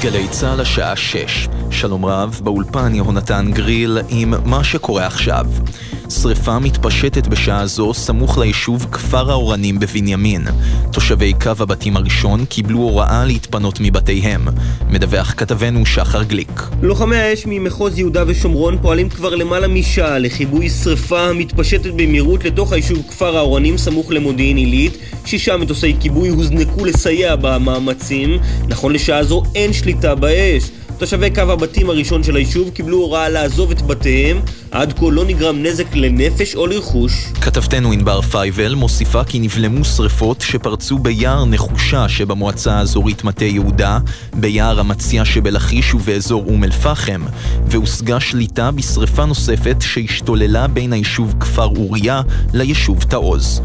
גלי צהל השעה 6. שלום רב, באולפן יהונתן גריל עם מה שקורה עכשיו. שריפה מתפשטת בשעה זו סמוך ליישוב כפר האורנים בבנימין. תושבי קו הבתים הראשון קיבלו הוראה להתפנות מבתיהם. מדווח כתבנו שחר גליק. לוחמי האש ממחוז יהודה ושומרון פועלים כבר למעלה משעה לכיבוי שריפה המתפשטת במהירות לתוך היישוב כפר האורנים סמוך למודיעין עילית. 6 מטוסי כיבוי הוזנקו לסייע במאמצים. נכון לשעה זו אין שליטה באש. תושבי קו הבתים הראשון של היישוב קיבלו הוראה לעזוב את בתיהם. עד כה לא נגרם נזק לנפש או לרכוש. כתבתנו ענבר פייבל מוסיפה כי נבלמו שריפות שפרצו ביער נחושה שבמועצה האזורית מטה יהודה, ביער המציה שבלחיש ובאזור אום אל פחם, והושגה שליטה בשריפה נוספת שהשתוללה בין היישוב כפר אוריה ליישוב תעוז.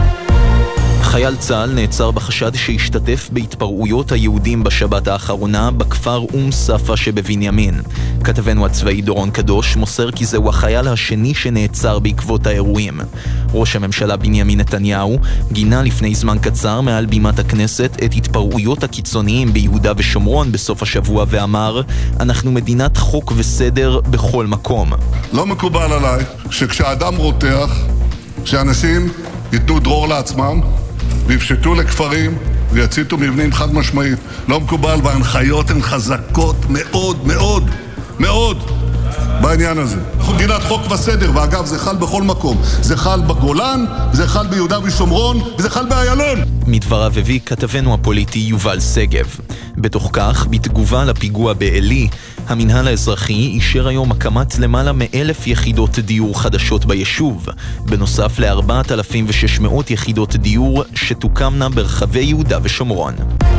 חייל צה"ל נעצר בחשד שהשתתף בהתפרעויות היהודים בשבת האחרונה בכפר אום ספה שבבנימין. כתבנו הצבאי דורון קדוש מוסר כי זהו החייל השני שנעצר בעקבות האירועים. ראש הממשלה בנימין נתניהו גינה לפני זמן קצר מעל בימת הכנסת את התפרעויות הקיצוניים ביהודה ושומרון בסוף השבוע ואמר, אנחנו מדינת חוק וסדר בכל מקום. לא מקובל עליי שכשאדם רותח, שאנשים ייתנו דרור לעצמם ויפשטו לכפרים ויציתו מבנים חד משמעית. לא מקובל, וההנחיות הן חזקות מאוד מאוד מאוד בעניין הזה. אנחנו מדינת חוק וסדר, ואגב זה חל בכל מקום. זה חל בגולן, זה חל ביהודה ושומרון, וזה חל באיילון. מדבריו הביא כתבנו הפוליטי יובל סגב. בתוך כך, בתגובה לפיגוע באלי, המנהל האזרחי אישר היום הקמת למעלה מ1,000 יחידות דיור חדשות ביישוב, בנוסף ל4,600 יחידות דיור שתוקמנה ברחבי יהודה ושומרון.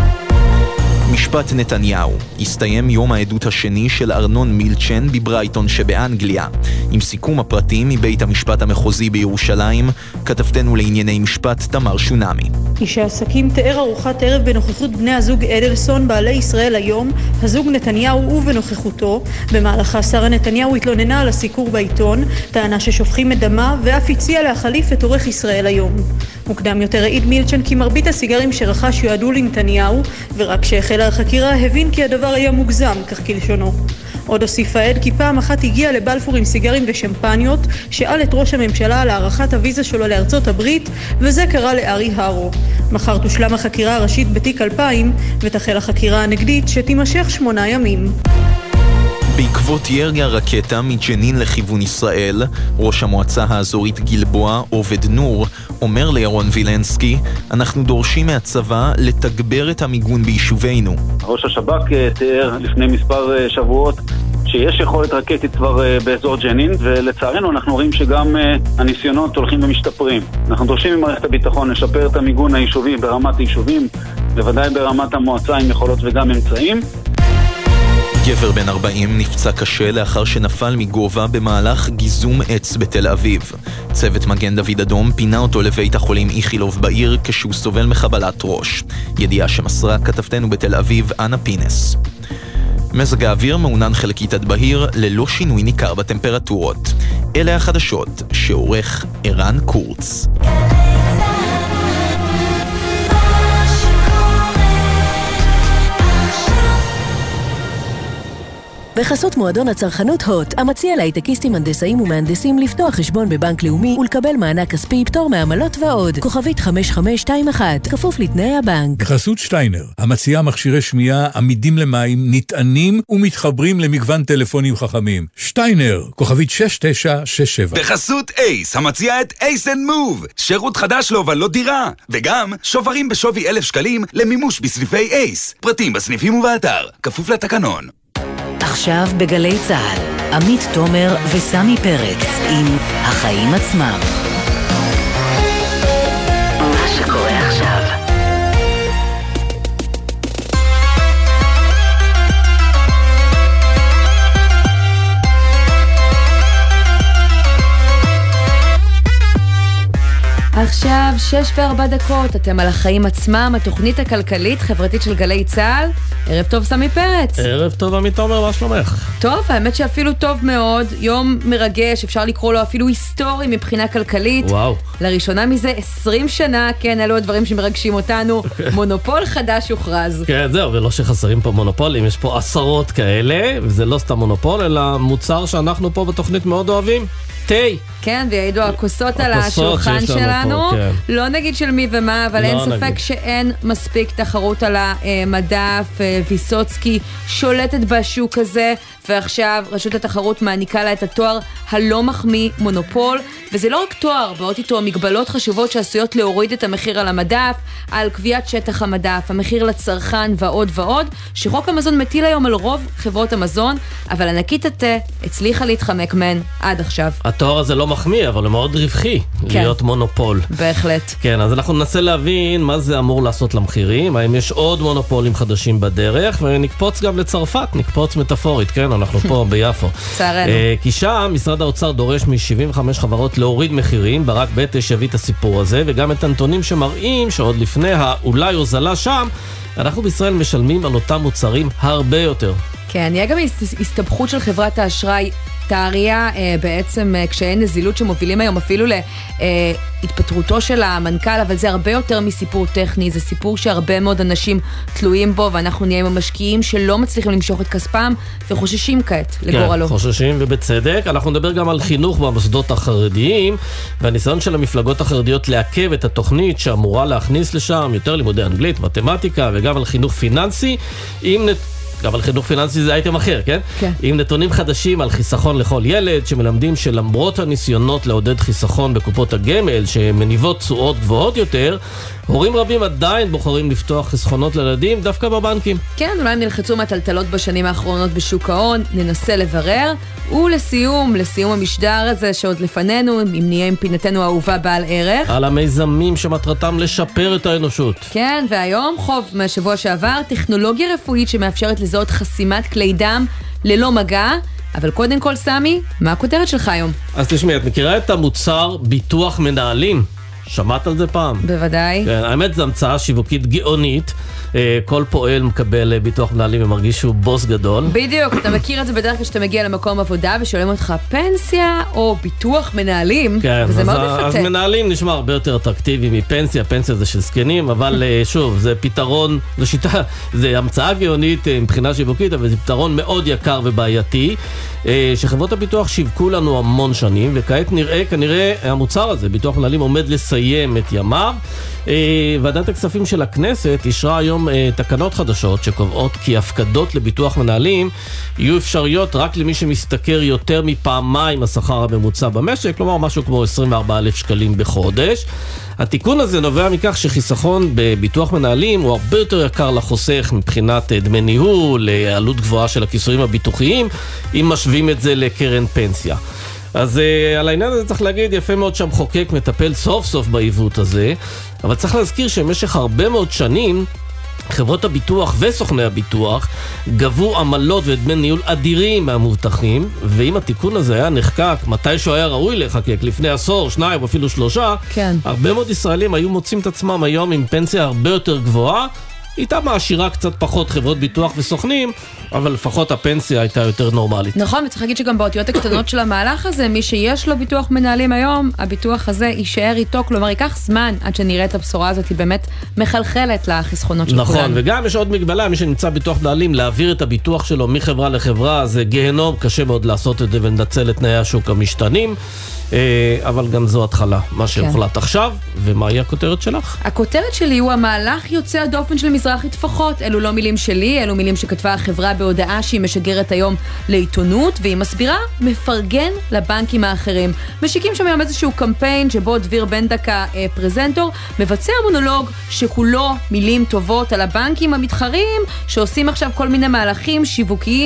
משפט נתניהו. הסתיים יום העדות השני של ארנון מילצ'ן בברייטון שבאנגליה. עם סיכום הפרטים מבית המשפט המחוזי בירושלים, כתבתנו לענייני משפט תמר שונמי. איש העסקים תיאר ארוחת ערב בנוכחות בני הזוג אדלסון בעלי ישראל היום, הזוג נתניהו ובנוכחותו. במהלכה שרה נתניהו התלוננה על הסיקור בעיתון, טענה ששופכים את דמה ואף הציעה להחליף את עורך ישראל היום. מוקדם יותר העיד מילצ'ן כי מרבית הסיגרים שרכש יועדו לנתניהו, ורק שהחלה החקירה הבין כי הדבר היה מוגזם, כך כלשונו. עוד הוסיף העד כי פעם אחת הגיע לבלפור עם סיגרים ושמפניות, שאל את ראש הממשלה על הארכת הוויזה שלו לארצות הברית, וזה קרה לארי הרו. מחר תושלם החקירה הראשית בתיק 2000, ותחל החקירה הנגדית שתימשך 8 ימים. בעקבות ירי הרקטה מג'נין לכיוון ישראל, ראש המועצה האזורית גלבוע, עובד נור, אומר לירון וילנסקי, אנחנו דורשים מהצבא לתגבר את המיגון ביישובינו. ראש השב"כ תיאר לפני מספר שבועות שיש יכולת רקטית כבר באזור ג'נין, ולצערנו אנחנו רואים שגם הניסיונות הולכים ומשתפרים. אנחנו דורשים ממערכת הביטחון לשפר את המיגון היישובי ברמת היישובים, בוודאי ברמת המועצה עם יכולות וגם אמצעים. גבר בן 40 נפצע קשה לאחר שנפל מגובה במהלך גיזום עץ בתל אביב. צוות מגן דוד אדום פינה אותו לבית החולים איכילוב בעיר כשהוא סובל מחבלת ראש. ידיעה שמסרה כתבתנו בתל אביב אנה פינס. מזג האוויר מעונן חלקית עד בהיר ללא שינוי ניכר בטמפרטורות. אלה החדשות שעורך ערן קורץ. בחסות מועדון הצרכנות הוט, המציע להייטקיסטים, הנדסאים ומהנדסים לפתוח חשבון בבנק לאומי ולקבל מענק כספי, פטור מעמלות ועוד. כוכבית 5521, כפוף לתנאי הבנק. בחסות שטיינר, המציע מכשירי שמיעה עמידים למים, נטענים ומתחברים למגוון טלפונים חכמים. שטיינר, כוכבית 6967. בחסות אייס, המציע את אייס אנד מוב, שירות חדש לו אבל לא דירה, וגם שוברים בשווי 1,000 שקלים למימוש בסניפי אייס. פרטים בסניפים ובאתר, כפוף לתקנון. עכשיו בגלי צהל, עמית תומר וסמי פרץ עם החיים עצמם. מה שקורה עכשיו. עכשיו 6:04, אתם על החיים עצמם, התוכנית הכלכלית חברתית של גלי צהל. ערב טוב סמי פרץ. ערב טוב עמית תומר, מה שלומך? טוב, האמת שאפילו טוב מאוד, יום מרגש, אפשר לקרוא לו אפילו היסטורי מבחינה כלכלית. וואו. לראשונה מזה 20 שנה, כן, אלו הדברים שמרגשים אותנו, מונופול חדש הוכרז. כן, זהו, ולא שחסרים פה מונופולים, יש פה עשרות כאלה, וזה לא סתם מונופול, אלא מוצר שאנחנו פה בתוכנית מאוד אוהבים. תה. כן, ויעידו הכוסות על השולחן שלנו. פה, כן. לא נגיד של מי ומה, אבל אין ספק שאין מספיק תחרות על המדף. ויסוצקי שולטת בשוק הזה, ועכשיו רשות התחרות מעניקה לה את התואר הלא מחמיא מונופול, וזה לא רק תואר, באות איתו מגבלות חשובות שעשויות להוריד את המחיר על המדף, על קביעת שטח המדף, המחיר לצרכן ועוד ועוד, שחוק המזון מטיל היום על רוב חברות המזון, אבל ענקית התה הצליחה להתחמק מהן עד עכשיו. התואר הזה לא מחמיא, אבל הוא מאוד רווחי, כן. להיות מונופול. בהחלט. כן, אז אנחנו ננסה להבין מה זה אמור לעשות למחירים, האם יש עוד מונופולים חדשים בדרך, ונקפוץ גם לצרפת, נקפוץ מטאפורית, כן, אנחנו פה ביפו. צערנו. כי שם משרד האוצר דורש מ-75 חברות להוריד מחירים, ברק בטש הביא את הסיפור הזה, וגם את הנתונים שמראים שעוד לפני האולי הוזלה שם, אנחנו בישראל משלמים על אותם מוצרים הרבה יותר. כן, יהיה גם הסתבכות של חברת האשראי תאריה, בעצם כשאין נזילות שמובילים היום אפילו להתפטרותו של המנכ"ל, אבל זה הרבה יותר מסיפור טכני, זה סיפור שהרבה מאוד אנשים תלויים בו, ואנחנו נהיה עם המשקיעים שלא מצליחים למשוך את כספם, וחוששים כעת לגורלו. כן, חוששים ובצדק. אנחנו נדבר גם על חינוך במוסדות החרדיים, והניסיון של המפלגות החרדיות לעכב את התוכנית שאמורה להכניס לשם יותר לימודי אנגלית, מתמטיקה, וגם על חינוך פיננסי, אבל חינוך פיננסי זה אייטם אחר, כן? כן. עם נתונים חדשים על חיסכון לכל ילד, שמלמדים שלמרות הניסיונות לעודד חיסכון בקופות הגמל, שמניבות תשואות גבוהות יותר, הורים רבים עדיין בוחרים לפתוח חסכונות לילדים דווקא בבנקים. כן, אולי הם נלחצו מהטלטלות בשנים האחרונות בשוק ההון, ננסה לברר, ולסיום המשדר הזה שעוד לפנינו, אם נהיה עם פינתנו האהובה בעל ערך. על המיזמים שמטרתם לשפר את האנושות. כן, והיום חוב מהשבוע שעבר, טכנולוגיה רפואית שמאפשרת לזהות חסימת כלי דם ללא מגע. אבל קודם כל, סמי, מה הכותרת שלך היום? אז תשמעי, את מכירה את המוצר ביטוח מנהלים? שמעת על זה פעם? בוודאי. כן, האמת זו המצאה שיווקית גאונית. כל פועל מקבל ביטוח מנהלים ומרגיש שהוא בוס גדול. בדיוק, אתה מכיר את זה בדרך כלל שאתה מגיע למקום עבודה ושואלים אותך פנסיה או ביטוח מנהלים, כן, וזה מאוד מפתה. אז מנהלים נשמע הרבה יותר אטרקטיבי מפנסיה, פנסיה זה של זקנים, אבל שוב, זה פתרון, זו שיטה, זה המצאה גאונית מבחינה שיווקית, אבל זה פתרון מאוד יקר ובעייתי, שחברות הביטוח שיווקו לנו המון שנים, וכעת כנראה המוצר הזה, ביטוח מנהלים, עומד לסיים את ימיו. ועדת הכספים של הכנסת אישרה היום תקנות חדשות שקובעות כי הפקדות לביטוח מנהלים יהיו אפשריות רק למי שמשתכר יותר מפעמיים השכר הממוצע במשק, כלומר משהו כמו 24,000 שקלים בחודש. התיקון הזה נובע מכך שחיסכון בביטוח מנהלים הוא הרבה יותר יקר לחוסך מבחינת דמי ניהול, עלות גבוהה של הכיסויים הביטוחיים, אם משווים את זה לקרן פנסיה. אז על העניין הזה צריך להגיד, יפה מאוד שהמחוקק מטפל סוף סוף בעיוות הזה, אבל צריך להזכיר שבמשך הרבה מאוד שנים, חברות הביטוח וסוכני הביטוח גבו עמלות ודמי ניהול אדירים מהמובטחים, ואם התיקון הזה היה נחקק מתישהו היה ראוי לחקק, לפני עשור, 2 או אפילו 3, כן. הרבה מאוד ישראלים היו מוצאים את עצמם היום עם פנסיה הרבה יותר גבוהה, איתה מעשירה קצת פחות חברות ביטוח וסוכנים, אבל לפחות הפנסיה הייתה יותר נורמלית. נכון, וצריך להגיד שגם באותיות הקטנות של המהלך הזה, מי שיש לו ביטוח מנהלים היום, הביטוח הזה יישאר איתו, כלומר ייקח זמן עד שנראה את הבשורה הזאת, היא באמת מחלחלת לחסכונות של נכון, כולנו. נכון, וגם יש עוד מגבלה, מי שנמצא ביטוח מנהלים, להעביר את הביטוח שלו מחברה לחברה, זה גהנום, קשה מאוד לעשות את זה ולנצל את תנאי השוק המשתנים. אבל גם זו התחלה, מה שהוחלט עכשיו, ומה היא הכותרת שלך? הכותרת שלי הוא המהלך יוצא הדופן של מזרחי טפחות. אלו לא מילים שלי, אלו מילים שכתבה החברה בהודעה שהיא משגרת היום לעיתונות, והיא מסבירה, מפרגן לבנקים האחרים. משיקים שם היום איזשהו קמפיין שבו דביר בן דקה פרזנטור, מבצע מונולוג שכולו מילים טובות על הבנקים המתחרים, שעושים עכשיו כל מיני מהלכים שיווקיים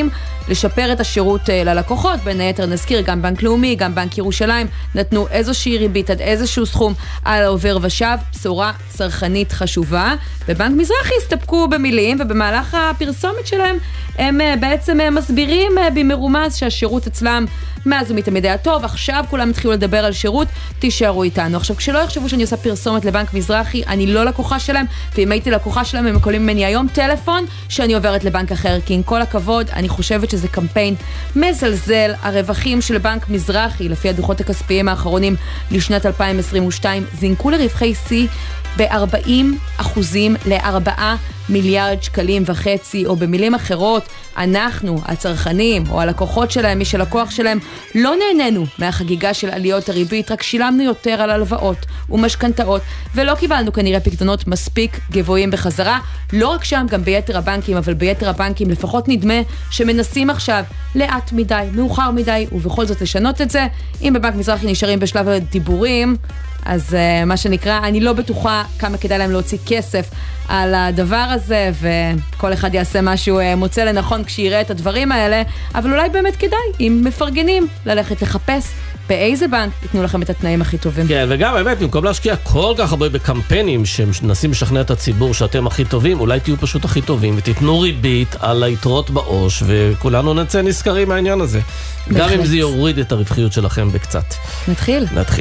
לשפר את השירות ללקוחות. בין היתר נזכיר, גם בנק לאומי, גם בנק ירושלים, נתנו איזושהי ריבית עד איזשהו סכום על העובר ושב, בשורה צרכנית חשובה. בבנק מזרחי הסתפקו במילים, ובמהלך הפרסומת שלהם הם בעצם מסבירים במרומז שהשירות אצלם מאז ומתמיד היה טוב. עכשיו כולם התחילו לדבר על שירות, תישארו איתנו. עכשיו, כשלא יחשבו שאני עושה פרסומת לבנק מזרחי, אני לא לקוחה שלהם, ואם הייתי לקוחה שלהם, הם מקבלים ממני היום טלפון שאני עוברת לבנק אחר, כי עם כל הכבוד, אני חושבת שזה קמפיין מזלזל. הרווחים של בנק מזרחי, לפי הדוחות הכספיים האחרונים לשנת 2022, זינקו לרווחי C ב-40% ל4 מיליארד שקלים וחצי, או במילים אחרות, אנחנו, הצרכנים, או הלקוחות שלהם, מי שלקוח שלהם, לא נהנינו מהחגיגה של עליות הריבית, רק שילמנו יותר על הלוואות ומשכנתאות, ולא קיבלנו כנראה פקדונות מספיק גבוהים בחזרה, לא רק שם, גם ביתר הבנקים, אבל ביתר הבנקים לפחות נדמה שמנסים עכשיו לאט מדי, מאוחר מדי, ובכל זאת לשנות את זה. אם בבנק מזרחי נשארים בשלב הדיבורים, אז מה שנקרא, אני לא בטוחה כמה כדאי להם להוציא כסף על הדבר הזה, וכל אחד יעשה משהו מוצא לנכון כשיראה את הדברים האלה, אבל אולי באמת כדאי, אם מפרגנים, ללכת לחפש באיזה בנק ייתנו לכם את התנאים הכי טובים. כן, וגם באמת, במקום להשקיע כל כך הרבה בקמפיינים שמנסים לשכנע את הציבור שאתם הכי טובים, אולי תהיו פשוט הכי טובים, ותיתנו ריבית על היתרות בעו"ש, וכולנו נצא נזכרים מהעניין הזה. גם אם זה יוריד את הרווחיות שלכם בקצת. נתחיל.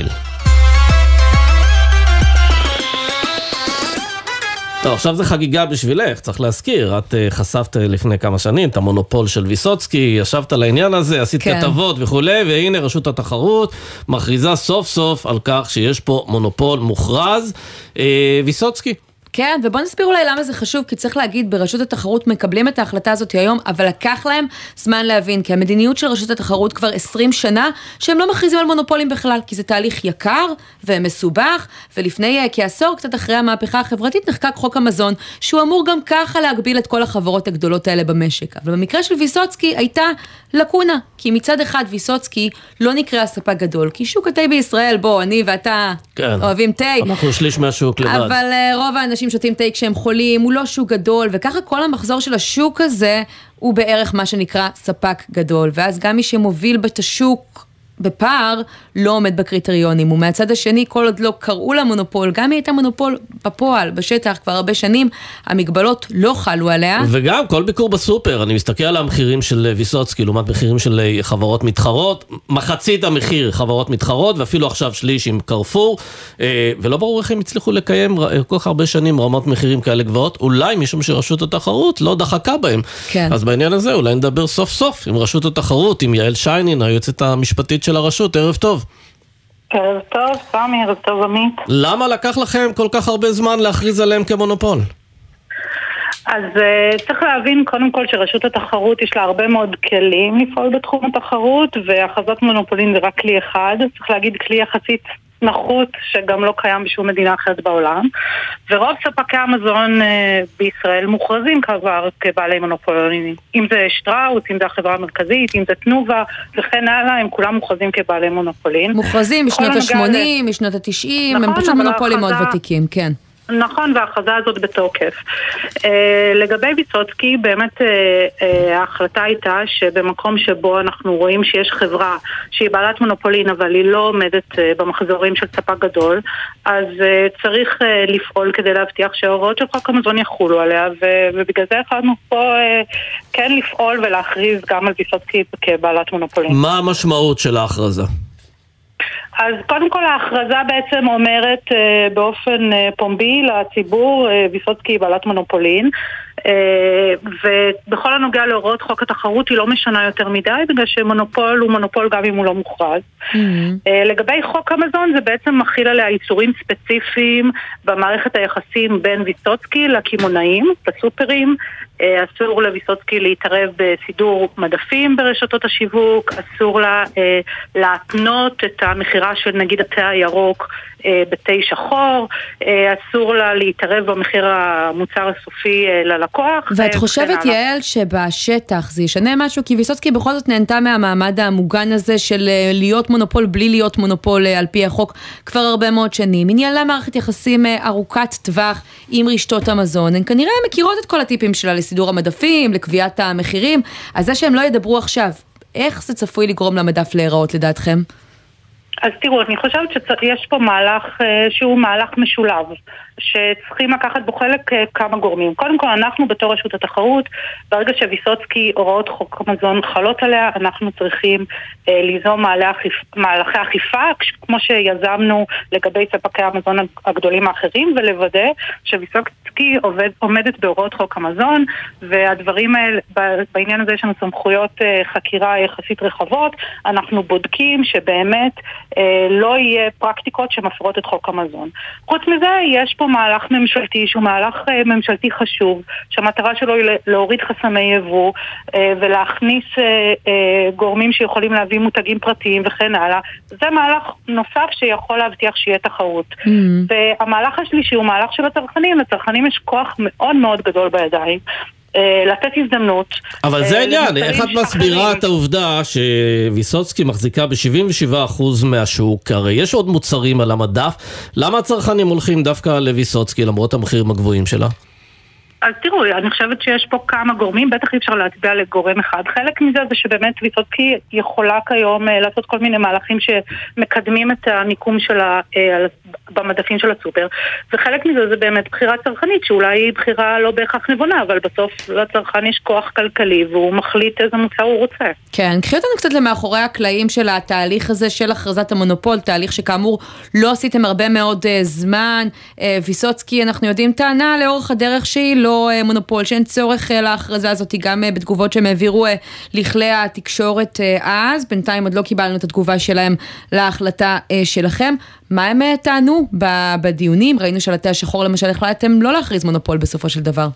טוב, עכשיו זה חגיגה בשבילך, צריך להזכיר, את חשפת לפני כמה שנים את המונופול של ויסוצקי, ישבת לעניין הזה, עשית כתבות וכו', והנה רשות התחרות מכריזה סוף סוף על כך שיש פה מונופול מוכרז, ויסוצקי. כן, ובוא נסביר אולי למה זה חשוב, כי צריך להגיד, ברשות התחרות מקבלים את ההחלטה הזאת היום, אבל לקח להם זמן להבין, כי המדיניות של רשות התחרות כבר 20 שנה, שהם לא מכריזים על מונופולים בכלל, כי זה תהליך יקר ומסובך, ולפני כעשור, קצת אחרי המהפכה החברתית, נחקק חוק המזון, שהוא אמור גם ככה להגביל את כל החברות הגדולות האלה במשק. אבל במקרה של ויסוצקי הייתה לקונה, כי מצד אחד ויסוצקי לא נקרא ספק גדול, כי שוק התה בישראל, בוא, אני ואתה אוהבים תה. אנחנו שליש מהשוק לבד. אבל רוב האנשים שותים תה כשהם חולים, הוא לא שוק גדול, וככה כל המחזור של השוק הזה הוא בערך מה שנקרא ספק גדול, ואז גם מי שמוביל את השוק בפער לא עומד בקריטריונים, ומהצד השני כל עוד לא קראו לה מונופול, גם היא הייתה מונופול בפועל, בשטח כבר הרבה שנים, המגבלות לא חלו עליה. וגם כל ביקור בסופר, אני מסתכל על המחירים של ויסוצקי, לעומת מחירים של חברות מתחרות, מחצית המחיר חברות מתחרות, ואפילו עכשיו שליש עם קרפור, ולא ברור איך הם הצליחו לקיים כל כך הרבה שנים רמות מחירים כאלה גבוהות, אולי משום שרשות התחרות לא דחקה בהם. כן. אז בעניין הזה אולי נדבר סוף סוף עם רשות התחרות, עם יעל שיינין, היועצת המשפטית של הרשות. ערב טוב. ערב טוב, סמי, ערב טוב עמית. למה לקח לכם כל כך הרבה זמן להכריז עליהם כמונופול? אז צריך להבין קודם כל שרשות התחרות יש לה הרבה מאוד כלים לפעול בתחום התחרות, והכרזת מונופולין זה רק כלי אחד, צריך להגיד כלי יחסית נחות שגם לא קיים בשום מדינה אחרת בעולם, ורוב ספקי המזון בישראל מוכרזים כבר כבעלי מונופולים, אם זה שטראוס, אם זה החברה המרכזית, אם זה תנובה וכן הלאה, הם כולם מוכרזים כבעלי מונופולין. מוכרזים בשנות ה-80, בשנות ה-90, הם פשוט מונופולים מאוד ותיקים, כן. נכון, וההכרזה הזאת בתוקף. לגבי ויסוצקי, באמת ההחלטה הייתה שבמקום שבו אנחנו רואים שיש חברה שהיא בעלת מונופולין, אבל היא לא עומדת במחזורים של ספק גדול, אז צריך לפעול כדי להבטיח שההוראות של חוק המזון יחולו עליה, ובגלל זה החלטנו פה כן לפעול ולהכריז גם על ויסוצקי כבעלת מונופולין. מה המשמעות של ההכרזה? אז קודם כל ההכרזה בעצם אומרת באופן פומבי לציבור, ויסוצקי היא בעלת מונופולין, ובכל הנוגע להוראות חוק התחרות היא לא משנה יותר מדי, בגלל שמונופול הוא מונופול גם אם הוא לא מוכרז. לגבי חוק המזון זה בעצם מכיל עליה איסורים ספציפיים במערכת היחסים בין ויסוצקי לקמעונאים, לסופרים. אסור לויסוצקי להתערב בסידור מדפים ברשתות השיווק, אסור לה להתנות את המחירה של נגיד התה הירוק בתה שחור, אסור לה להתערב במחיר המוצר הסופי ללקוח. הלקוח. ואת חושבת, יעל, שבשטח זה ישנה משהו? כי ויסוצקי בכל זאת נהנתה מהמעמד המוגן הזה של להיות מונופול בלי להיות מונופול על פי החוק כבר הרבה מאוד שנים. היא ניהלה מערכת יחסים ארוכת טווח עם רשתות המזון. הן כנראה מכירות את כל הטיפים שלה לסידור המדפים, לקביעת המחירים. אז זה שהם לא ידברו עכשיו, איך זה צפוי לגרום למדף להיראות לדעתכם? אז תראו, אני חושבת שיש פה מהלך שהוא מהלך משולב, שצריכים לקחת בו חלק כמה גורמים. קודם כל, אנחנו בתור רשות התחרות, ברגע שוויסוצקי הוראות חוק המזון חלות עליה, אנחנו צריכים ליזום מהלכי אכיפה, כמו שיזמנו לגבי ספקי המזון הגדולים האחרים, ולוודא שוויסוצקי עומדת בהוראות חוק המזון, והדברים האלה, בעניין הזה יש לנו סמכויות חקירה יחסית רחבות, אנחנו בודקים שבאמת לא יהיה פרקטיקות שמפרות את חוק המזון. חוץ מזה, יש פה מהלך ממשלתי שהוא מהלך ממשלתי חשוב, שהמטרה שלו היא להוריד חסמי יבוא ולהכניס גורמים שיכולים להביא מותגים פרטיים וכן הלאה. זה מהלך נוסף שיכול להבטיח שיהיה תחרות. והמהלך השלישי הוא מהלך של הצרכנים. לצרכנים יש כוח מאוד מאוד גדול בידיים. לתת הזדמנות. אבל זה העניין, איך את מסבירה את העובדה שוויסוצקי מחזיקה ב-77% מהשוק, הרי יש עוד מוצרים על המדף, למה הצרכנים הולכים דווקא לוויסוצקי למרות המחירים הגבוהים שלה? אז תראו, אני חושבת שיש פה כמה גורמים, בטח אי אפשר להצביע לגורם אחד. חלק מזה זה שבאמת ויסוצקי יכולה כיום לעשות כל מיני מהלכים שמקדמים את המיקום שלה במדפים של הסופר, וחלק מזה זה באמת בחירה צרכנית, שאולי היא בחירה לא בהכרח נבונה, אבל בסוף לצרכן יש כוח כלכלי, והוא מחליט איזה מוצר הוא רוצה. כן, קחי אותנו קצת למאחורי הקלעים של התהליך הזה של הכרזת המונופול, תהליך שכאמור לא עשיתם הרבה מאוד זמן. ויסוצקי, אנחנו יודעים, טענה לאורך הדרך שהיא לא מונופול, שאין צורך להכרזה הזאת, גם בתגובות שהם העבירו לכלי התקשורת אז. בינתיים עוד לא קיבלנו את התגובה שלהם להחלטה שלכם. מה הם טענו בדיונים? ראינו של התה השחור למשל, החלטתם לא להכריז מונופול בסופו של דבר.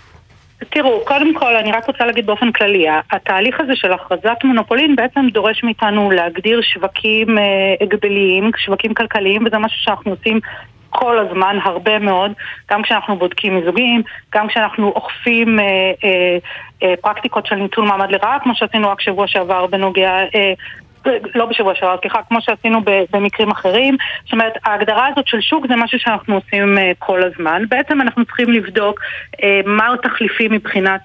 תראו, קודם כל אני רק רוצה להגיד באופן כללי, התהליך הזה של הכרזת מונופולין בעצם דורש מאיתנו להגדיר שווקים הגבליים, שווקים כלכליים, וזה משהו שאנחנו עושים כל הזמן, הרבה מאוד, גם כשאנחנו בודקים מיזוגים, גם כשאנחנו אוכפים פרקטיקות של ניצול מעמד לרעה, כמו שעשינו רק שבוע שעבר בנוגע, לא בשבוע שעבר, כמו שעשינו במקרים אחרים. זאת אומרת, ההגדרה הזאת של שוק זה משהו שאנחנו עושים כל הזמן. בעצם אנחנו צריכים לבדוק מה תחליפי מבחינת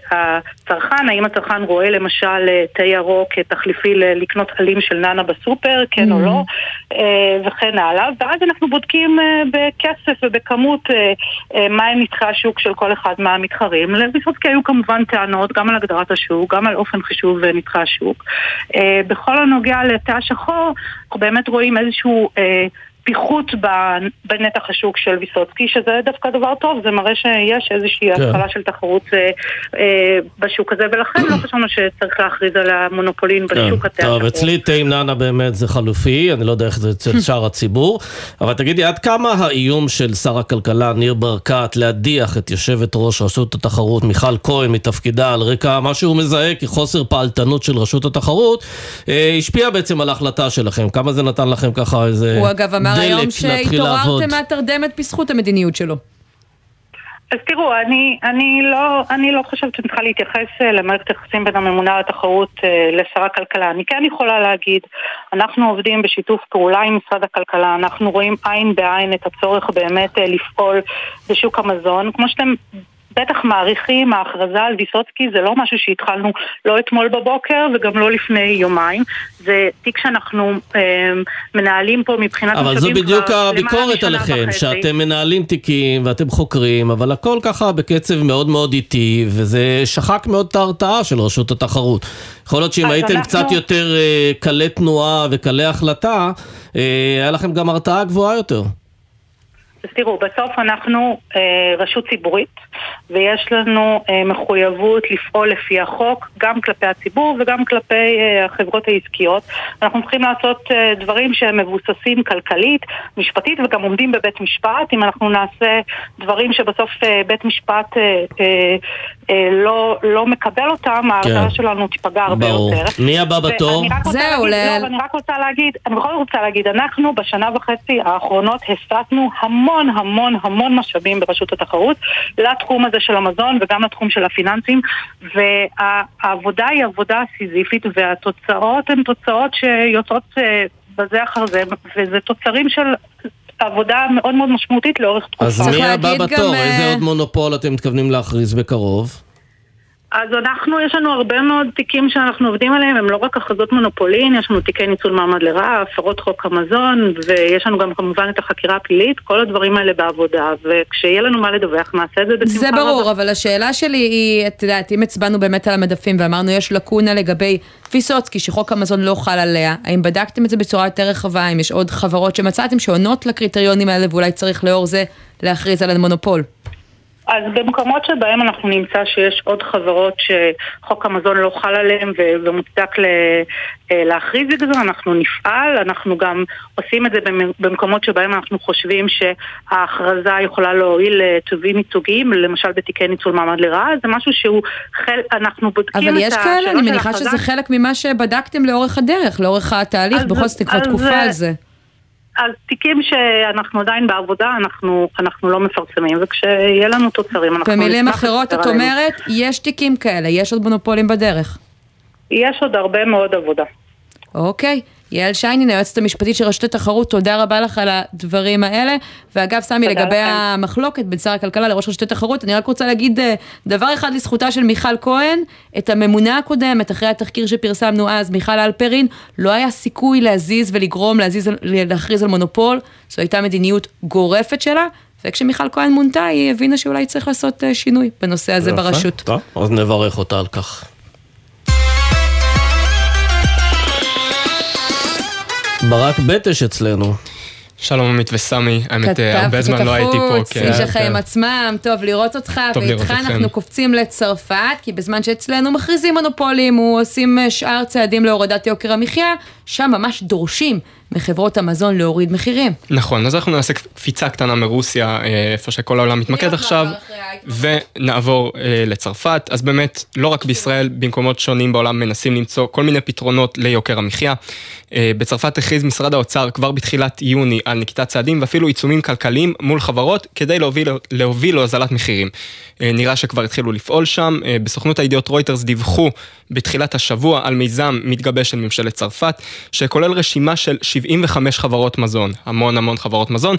הצרכן, האם הצרכן רואה למשל תה ירוק כתחליפי לקנות עלים של ננה בסופר, כן או לא, וכן הלאה. ואז אנחנו בודקים בכסף ובכמות מהם נתחי השוק של כל אחד מהמתחרים. לוויסוצקי היו כמובן טענות גם על הגדרת השוק, גם על אופן חישוב נתחי השוק. בכל הנוגע לתה השחור, אנחנו באמת רואים איזשהו פיחות בנתח השוק של ויסוצקי, שזה דווקא דבר טוב, זה מראה שיש איזושהי התחלה של תחרות בשוק הזה, ולכן לא חשבנו שצריך להכריז על המונופולין בשוק התה השחור. טוב, אצלי תה עם ננה באמת זה חלופי, אני לא יודע איך זה אצל שאר הציבור, אבל תגידי, עד כמה האיום של שר הכלכלה ניר ברקת להדיח את יושבת ראש רשות התחרות מיכל כהן מתפקידה על רקע מה שהוא מזהה כחוסר פעלתנות של רשות התחרות, השפיע בעצם על ההחלטה שלכם? כמה זה נתן לכם ככה איזה... הוא אגב אמר היום שהתעוררתם מהתרדמת בזכות המדיניות שלו. אז תראו, אני לא חושבת שאני צריכה להתייחס למערכת יחסים בין הממונה על התחרות לשר הכלכלה. אני כן יכולה להגיד, אנחנו עובדים בשיתוף פעולה עם משרד הכלכלה, אנחנו רואים עין בעין את הצורך באמת לפעול בשוק המזון. כמו שאתם בטח מעריכים, ההכרזה על ויסוצקי זה לא משהו שהתחלנו לא אתמול בבוקר וגם לא לפני יומיים. זה תיק שאנחנו מנהלים פה מבחינת... אבל זו בדיוק הביקורת עליכם, שאתם מנהלים תיקים ואתם חוקרים, אבל הכל ככה בקצב מאוד מאוד איטי, וזה שחק מאוד את ההרתעה של רשות התחרות. יכול להיות שאם הייתם קצת יותר קלי תנועה וקלי החלטה, היה לכם גם הרתעה גבוהה יותר. אז תראו, בסוף אנחנו רשות ציבורית, ויש לנו מחויבות לפעול לפי החוק, גם כלפי הציבור וגם כלפי החברות העסקיות. אנחנו צריכים לעשות דברים שהם מבוססים כלכלית, משפטית, וגם עומדים בבית משפט. אם אנחנו נעשה דברים שבסוף בית משפט לא מקבל אותם, ההרתעה שלנו תיפגע הרבה יותר. מי הבא בתור? אני רק רוצה להגיד, אנחנו בשנה וחצי האחרונות הסטנו המון המון המון המון משאבים ברשות התחרות לתחום הזה של המזון וגם לתחום של הפיננסים, והעבודה היא עבודה סיזיפית, והתוצאות הן תוצאות שיוצאות בזה אחר זה, וזה תוצרים של עבודה מאוד מאוד משמעותית לאורך תקופה. אז מי הבא בתור? איזה עוד מונופול אתם מתכוונים להכריז בקרוב? אז יש לנו הרבה מאוד תיקים שאנחנו עובדים עליהם, הם לא רק הכרזות מונופולין, יש לנו תיקי ניצול מעמד לרעה, הפרות חוק המזון, ויש לנו גם כמובן את החקירה הפלילית, כל הדברים האלה בעבודה, וכשיהיה לנו מה לדווח, נעשה את זה בשמחה רבה. זה ברור, אבל השאלה שלי היא, את יודעת, אם הצבענו באמת על המדפים ואמרנו יש לקונה לגבי ויסוצקי, שחוק המזון לא חל עליה, האם בדקתם את זה בצורה יותר רחבה, אם יש עוד חברות שמצאתם שעונות לקריטריונים האלה, ואולי צריך לאור זה להכריז על המונופול? אז במקומות שבהם אנחנו נמצא שיש עוד חברות שחוק המזון לא חל עליהם ומוצדק להכריז את זה, אנחנו נפעל, אנחנו גם עושים את זה במקומות שבהם אנחנו חושבים שההכרזה יכולה להועיל לטובים ייצוגיים, למשל בתיקי ניצול מעמד לרעה, זה משהו שהוא אנחנו בודקים את השאלות של ההכרזה. אבל יש כאלה, אני מניחה שזה חלק ממה שבדקתם לאורך הדרך, לאורך התהליך, בכל זאת כבר תקופה על זה. אז תיקים שאנחנו עדיין בעבודה, אנחנו לא מפרסמים, וכשיהיה לנו תוצרים, אנחנו במילים אחרות, את אומרת, יש תיקים כאלה, יש עוד מונופולים בדרך? יש עוד הרבה מאוד עבודה. אוקיי. יעל שיינין, היועצת המשפטית של רשות התחרות, תודה רבה לך על הדברים האלה. ואגב, סמי, לגבי המחלוקת בין שר הכלכלה לראש רשות התחרות, אני רק רוצה להגיד דבר אחד לזכותה של מיכל כהן, את הממונה הקודמת, אחרי התחקיר שפרסמנו אז, מיכל אלפרין, לא היה סיכוי להזיז ולגרום להכריז על מונופול, זו הייתה מדיניות גורפת שלה, וכשמיכל כהן מונתה, היא הבינה שאולי צריך לעשות שינוי בנושא הזה ברשות. טוב, אז נברך אותה על כך. ברק בטש אצלנו. שלום עמית וסמי, האמת הרבה זמן לא הייתי פה. איש החיים עצמם, טוב לראות אותך, ואיתך אנחנו קופצים לצרפת, כי בזמן שאצלנו מכריזים מונופולים, עושים שאר צעדים להורדת יוקר המחיה, שם ממש דורשים מחברות המזון להוריד מחירים. נכון, אז אנחנו נעשה קפיצה קטנה מרוסיה, איפה שכל העולם מתמקד עכשיו, ונעבור לצרפת. אז באמת, לא רק בישראל, במקומות שונים בעולם מנסים למצוא כל מיני פתרונות ליוקר המחיה. בצרפת הכריז משרד האוצר כבר בתחילת יוני על נקיטת צעדים, ואפילו עיצומים כלכליים מול חברות, כדי להוביל להוזלת מחירים. נראה שכבר התחילו לפעול שם. בסוכנות הידיעות רויטרס דיווחו בתחילת השבוע על מיזם מתגבש של ממשלת צרפת, שכולל רשימה של 75 חברות מזון, המון חברות מזון,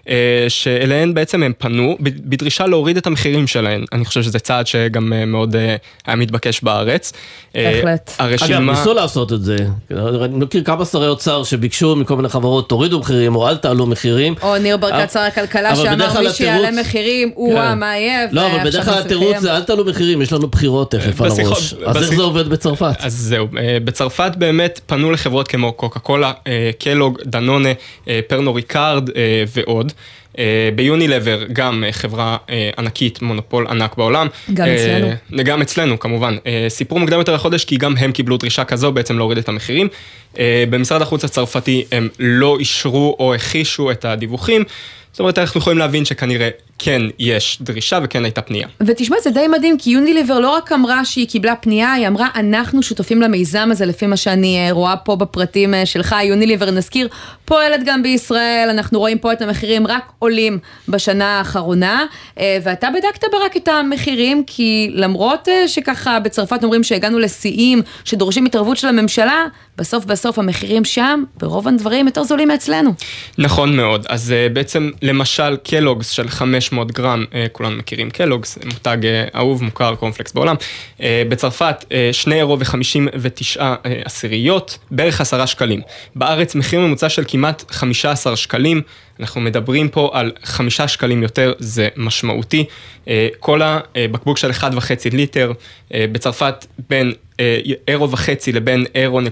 שאליהן בעצם הם פנו בדרישה להוריד את המחירים שלהן. אני חושב שזה צעד שגם מאוד היה מתבקש בארץ. בהחלט. אגב, ניסו לעשות את זה. אני מכיר כמה שרי אוצר שביקשו מכל מיני חברות, תורידו מחירים או אל תעלו מחירים. או ניר ברקת שר הכלכלה שאמר מי שיעלה מחירים, מה יהיה. לא, אבל בדרך כלל התירוץ זה אל תעלו מחירים, יש לנו בחירות תכף על הראש. אז איך זה עובד בצרפת? אז זהו, בצרפת באמת פנו לחברות כמו קוקה קולה, קלוג, דנונה, פרנו ריקארד ועוד. ביונילבר גם חברה ענקית, מונופול ענק בעולם. גם אצלנו. גם אצלנו כמובן. סיפרו מוקדם יותר החודש כי גם הם קיבלו דרישה כזו בעצם להוריד את המחירים. במשרד החוץ הצרפתי הם לא אישרו או הכישו את הדיווחים. זאת אומרת, אנחנו יכולים להבין שכנראה כן יש דרישה וכן הייתה פנייה. ותשמע, זה די מדהים, כי יוניליבר לא רק אמרה שהיא קיבלה פנייה, היא אמרה, אנחנו שותפים למיזם הזה, לפי מה שאני רואה פה בפרטים שלך. יוניליבר, נזכיר, פועלת גם בישראל, אנחנו רואים פה את המחירים רק עולים בשנה האחרונה, ואתה בדקת ברק את המחירים, כי למרות שככה בצרפת אומרים שהגענו לשיאים, שדורשים התערבות של הממשלה, בסוף המחירים שם, ברוב הדברים יותר זולים מאצלנו. נכון מאוד, אז בעצם למשל קלוגס של 500 גרם, כולנו מכירים קלוגס, מותג אהוב, מוכר, קורנפלקס בעולם. בצרפת 2.59 עשיריות, בערך 10 שקלים. בארץ מחיר ממוצע של כמעט 15 שקלים, אנחנו מדברים פה על 5 שקלים יותר, זה משמעותי. כל הבקבוק של 1.5 ליטר, בצרפת בין אירו וחצי לבין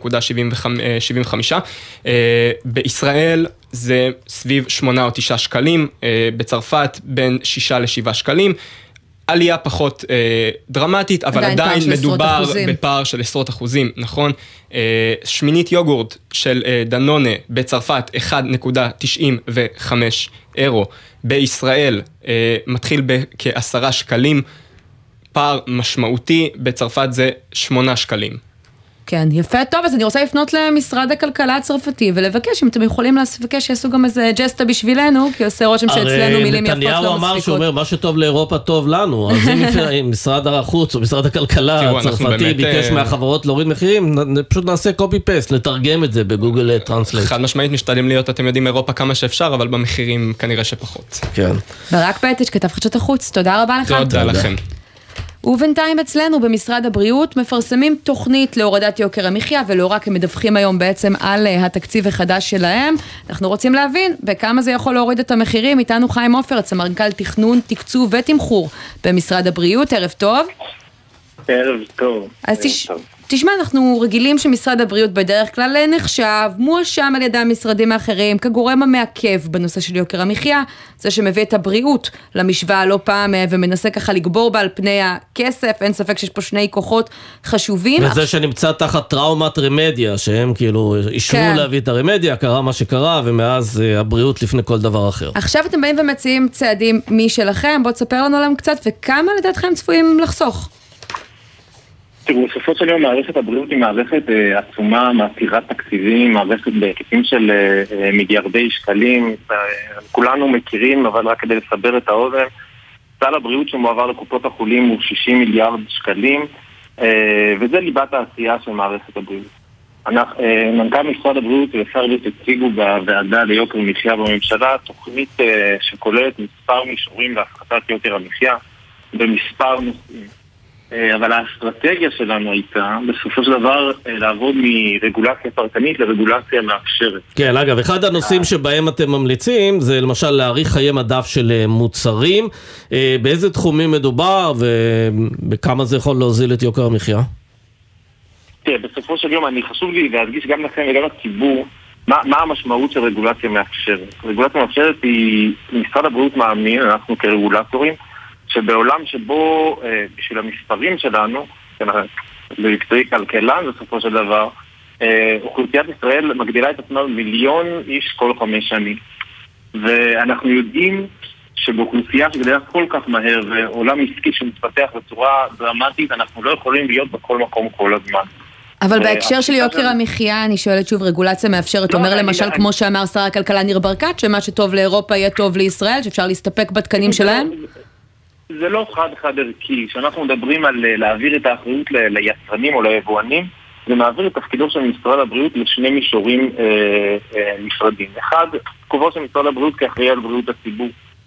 €0.75. בישראל זה סביב 8 או 9 שקלים, בצרפת בין 6 ל7 שקלים. עלייה פחות דרמטית, אבל עדיין מדובר בפער של עשרות אחוזים, נכון? שמינית יוגורט של דנונה בצרפת 1.95 אירו, בישראל מתחיל בכ10 שקלים, פער משמעותי, בצרפת זה 8 שקלים. כן, יפה, טוב, אז אני רוצה לפנות למשרד הכלכלה הצרפתי ולבקש, אם אתם יכולים לבקש שיעשו גם איזה ג'סטה בשבילנו, כי עושה רושם שאצלנו מילים יפות לא מספיקות. נתניהו אמר שהוא אומר, מה שטוב לאירופה טוב לנו, אז אם משרד החוץ או משרד הכלכלה הצרפתי ביקש מהחברות להוריד מחירים, פשוט נעשה קופי פייסט, לתרגם את זה בגוגל טרנסלייט. חד משמעית משתדלים להיות, אתם יודעים, אירופה כמה שאפשר, אבל במחירים כנראה שפחות. כן. ברק פטש, כתב חדשות החוץ, תודה רבה לך. תודה לכם. ובינתיים אצלנו במשרד הבריאות מפרסמים תוכנית להורדת יוקר המחיה, ולא רק הם מדווחים היום בעצם על התקציב החדש שלהם. אנחנו רוצים להבין בכמה זה יכול להוריד את המחירים. איתנו חיים עופר, סמנכ"ל תכנון, תקצוב ותמחור במשרד הבריאות. ערב טוב. ערב טוב. אז תשמע, אנחנו רגילים שמשרד הבריאות בדרך כלל נחשב, מואשם על ידי המשרדים האחרים, כגורם המעכב בנושא של יוקר המחיה, זה שמביא את הבריאות למשוואה לא פעם, ומנסה ככה לגבור בה על פני הכסף, אין ספק שיש פה שני כוחות חשובים. וזה שנמצא תחת טראומת רמדיה, שהם כאילו אישרו להביא את הרמדיה, קרה מה שקרה, ומאז הבריאות לפני כל דבר אחר. עכשיו אתם באים ומציעים צעדים משלכם, בואו תספר לנו עליהם קצת, וכמה לדעתכם צפויים לחסוך? תראו, בסופו של יום מערכת הבריאות היא מערכת עצומה, מעתירת תקציבים, מערכת בהיקפים של מיליארדי שקלים, כולנו מכירים, אבל רק כדי לסבר את האוזן, סל הבריאות שמועבר לקופות החולים הוא 60 מיליארד שקלים, וזה ליבת העשייה של מערכת הבריאות. מנכ"ל משרד הבריאות ושר הציגו בוועדה ליוקר מחיה בממשלה תוכנית שכוללת מספר מישורים להפחתת יוקר המחיה במספר נושאים. אבל האסטרטגיה שלנו הייתה בסופו של דבר לעבוד מרגולציה פרטנית לרגולציה מאפשרת. כן, אגב, אחד הנושאים שבהם אתם ממליצים זה למשל להאריך חיי מדף של מוצרים. באיזה תחומים מדובר ובכמה זה יכול להוזיל את יוקר המחיה? תראה, בסופו של יום חשוב לי להדגיש גם לכם וגם לציבור מה המשמעות של רגולציה מאפשרת. רגולציה מאפשרת היא, משרד הבריאות מאמין, אנחנו כרגולטורים, שבעולם שבו בשביל המספרים שלנו, במקצועי כלכלן בסופו של דבר, אוכלוסיית ישראל מגדילה את עצמה 1,000,000 איש כל 5 שנים. ואנחנו יודעים שבאוכלוסייה שגדלה כל כך מהר ועולם עסקי שמתפתח בצורה דרמטית, אנחנו לא יכולים להיות בכל מקום כל הזמן. אבל בהקשר של יוקר המחיה, אני שואלת שוב, רגולציה מאפשרת, אומר למשל, כמו שאמר שר הכלכלה ניר ברקת, שמה שטוב לאירופה יהיה טוב לישראל, שאפשר להסתפק בתקנים שלהם? זה לא חד ערכי. כשאנחנו מדברים על להעביר את האחריות ליצרנים או ליבואנים, זה מעביר את תפקידו של משרד הבריאות לשני מישורים נפרדים. אחד, כובעו של משרד הבריאות כאחראי על בריאות הציבור.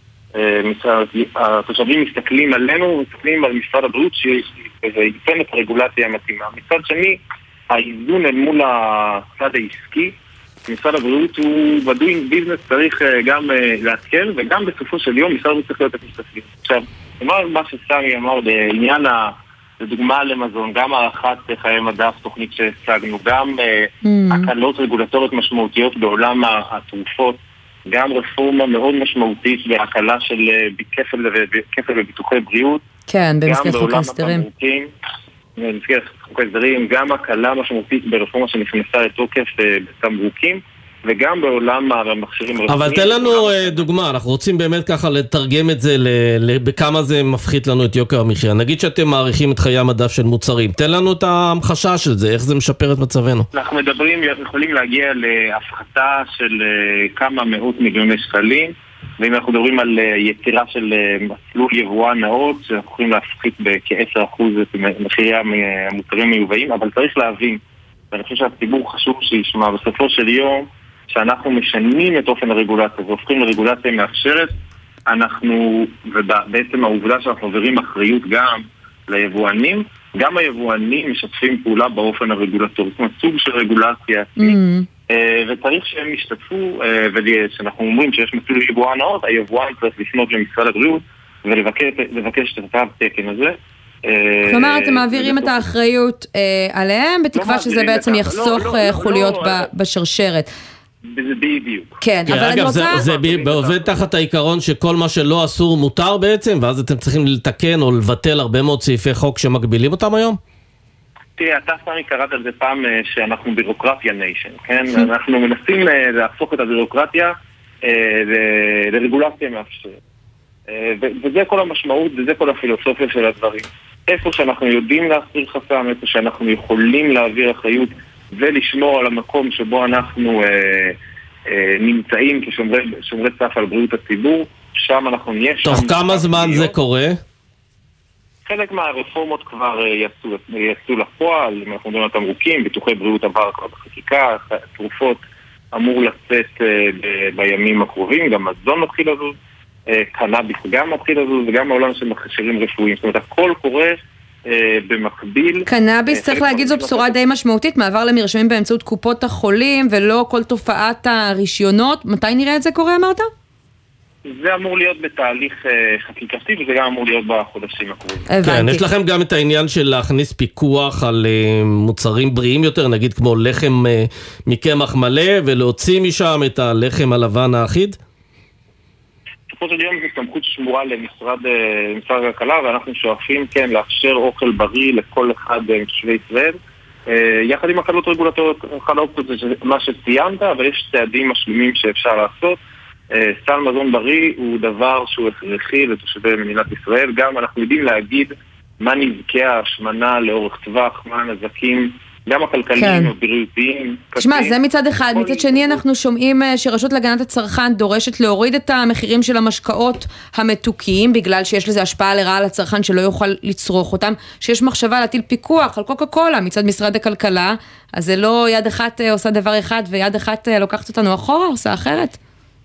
התושבים מסתכלים עלינו, מסתכלים על משרד הבריאות שייתן את הרגולציה המתאימה. מצד שני, האיזון אל מול הצד העסקי, משרד הבריאות הוא בדוינג ביזנס, צריך גם להתקל, וגם בסופו של יום משרד הבריאות צריך להיות המשתתפים. עכשיו, מה שסמי אמר בעניין לדוגמה למזון, גם הערכת חיי מדף, תוכנית שהשגנו, גם הקלות רגולטוריות משמעותיות בעולם התרופות, גם רפורמה מאוד משמעותית בהקלה של כפל וביטוחי בריאות, כן, במסגרת חוק ההסדרים. במסגרת חוק ההסדרים, גם הקלה משמעותית ברפורמה שנכנסה לתוקף בתמרוקים, וגם בעולם המכשירים הרפואיים. אבל תן לנו דוגמה, אנחנו רוצים באמת ככה לתרגם את זה בכמה זה מפחית לנו את יוקר המחיה. נגיד שאתם מעריכים את חיי המדף של מוצרים, תן לנו את ההמחשה של זה, איך זה משפר את מצבנו. אנחנו יכולים להגיע להפחתה של כמה מאות מיליוני שקלים, ואם אנחנו מדברים על יצירה של מסלול יבואן נאות, שאנחנו יכולים להפחית בכ-10% את מחירי המוצרים מיובאים, אבל צריך להבין, ואני חושב שהציבור חשוב שישמע, בסופו של יום, שאנחנו משנים את אופן הרגולציה והופכים לרגולציה מאפשרת, ובעצם העובדה שאנחנו עוברים אחריות גם ליבואנים, גם היבואנים משתפים פעולה באופן הרגולטורי, זאת אומרת סוג של רגולציה, וצריך שהם ישתתפו, וכשאנחנו אומרים שיש מסלול יבואן נאות, היבואן צריך לפנות למשרד הבריאות ולבקש את התו תקן הזה. כלומר, אתם מעבירים את האחריות עליהם, בתקווה שזה בעצם יחסוך חוליות בשרשרת. בדיוק. כן, אבל אני רוצה... זה עובד תחת העיקרון שכל מה שלא אסור מותר בעצם, ואז אתם צריכים לתקן או לבטל הרבה מאוד סעיפי חוק שמגבילים אותם היום? תראה, אתה סמי קראת על זה פעם שאנחנו בירוקרטיה ניישן, כן? אנחנו מנסים להפוך את הבירוקרטיה לרגולציה מאפשרת. וזה כל המשמעות, וזה כל הפילוסופיה של הדברים. איפה שאנחנו יודעים להסיר חסם, איפה שאנחנו יכולים להעביר אחריות ולשמור על המקום שבו אנחנו נמצאים כשומרי סף על בריאות הציבור, שם אנחנו נהיה. תוך כמה זמן זה קורה? חלק מהרפורמות כבר יצאו לפועל, אם אנחנו מדברים על תמרוקים, ביטוחי בריאות עבר כבר בחקיקה, תרופות אמור לצאת בימים הקרובים, גם מזון מתחיל לזוז, קנאביס גם מתחיל לזוז, וגם העולם של מכשירים רפואיים. זאת אומרת, הכל קורה במקביל. קנאביס, צריך להגיד, זו בשורה די משמעותית, מעבר למרשמים באמצעות קופות החולים, ולא כל תופעת הרישיונות. מתי נראה את זה קורה, אמרת? זה אמור להיות בתהליך חקיקתי, וזה גם אמור להיות בחודשים הקרובים. כן, יש לכם גם את העניין של להכניס פיקוח על מוצרים בריאים יותר, נגיד כמו לחם מקמח מלא, ולהוציא משם את הלחם הלבן האחיד? בסופו של יום זו סמכות שמורה למשרד הכלכלה, ואנחנו שואפים כן לאפשר אוכל בריא לכל אחד מתושבי ישראל, יחד עם הקלות רגולטוריות. אחד האופציות זה מה שציינת, אבל יש צעדים משלימים שאפשר לעשות. סל מזון בריא הוא דבר שהוא הכרחי לתושבי מדינת ישראל. גם אנחנו יודעים להגיד מה נזקי ההשמנה לאורך טווח, מה הנזקים, גם הכלכליים והבריאותיים. תשמע, זה מצד אחד. מצד שני אנחנו שומעים שרשות להגנת הצרכן דורשת להוריד את המחירים של המשקאות המתוקים, בגלל שיש לזה השפעה לרעה על הצרכן שלא יוכל לצרוך אותם, שיש מחשבה להטיל פיקוח על קוקה קולה מצד משרד הכלכלה, אז זה לא יד אחת עושה דבר אחד ויד אחת לוקחת אותנו אחורה, עושה אחרת.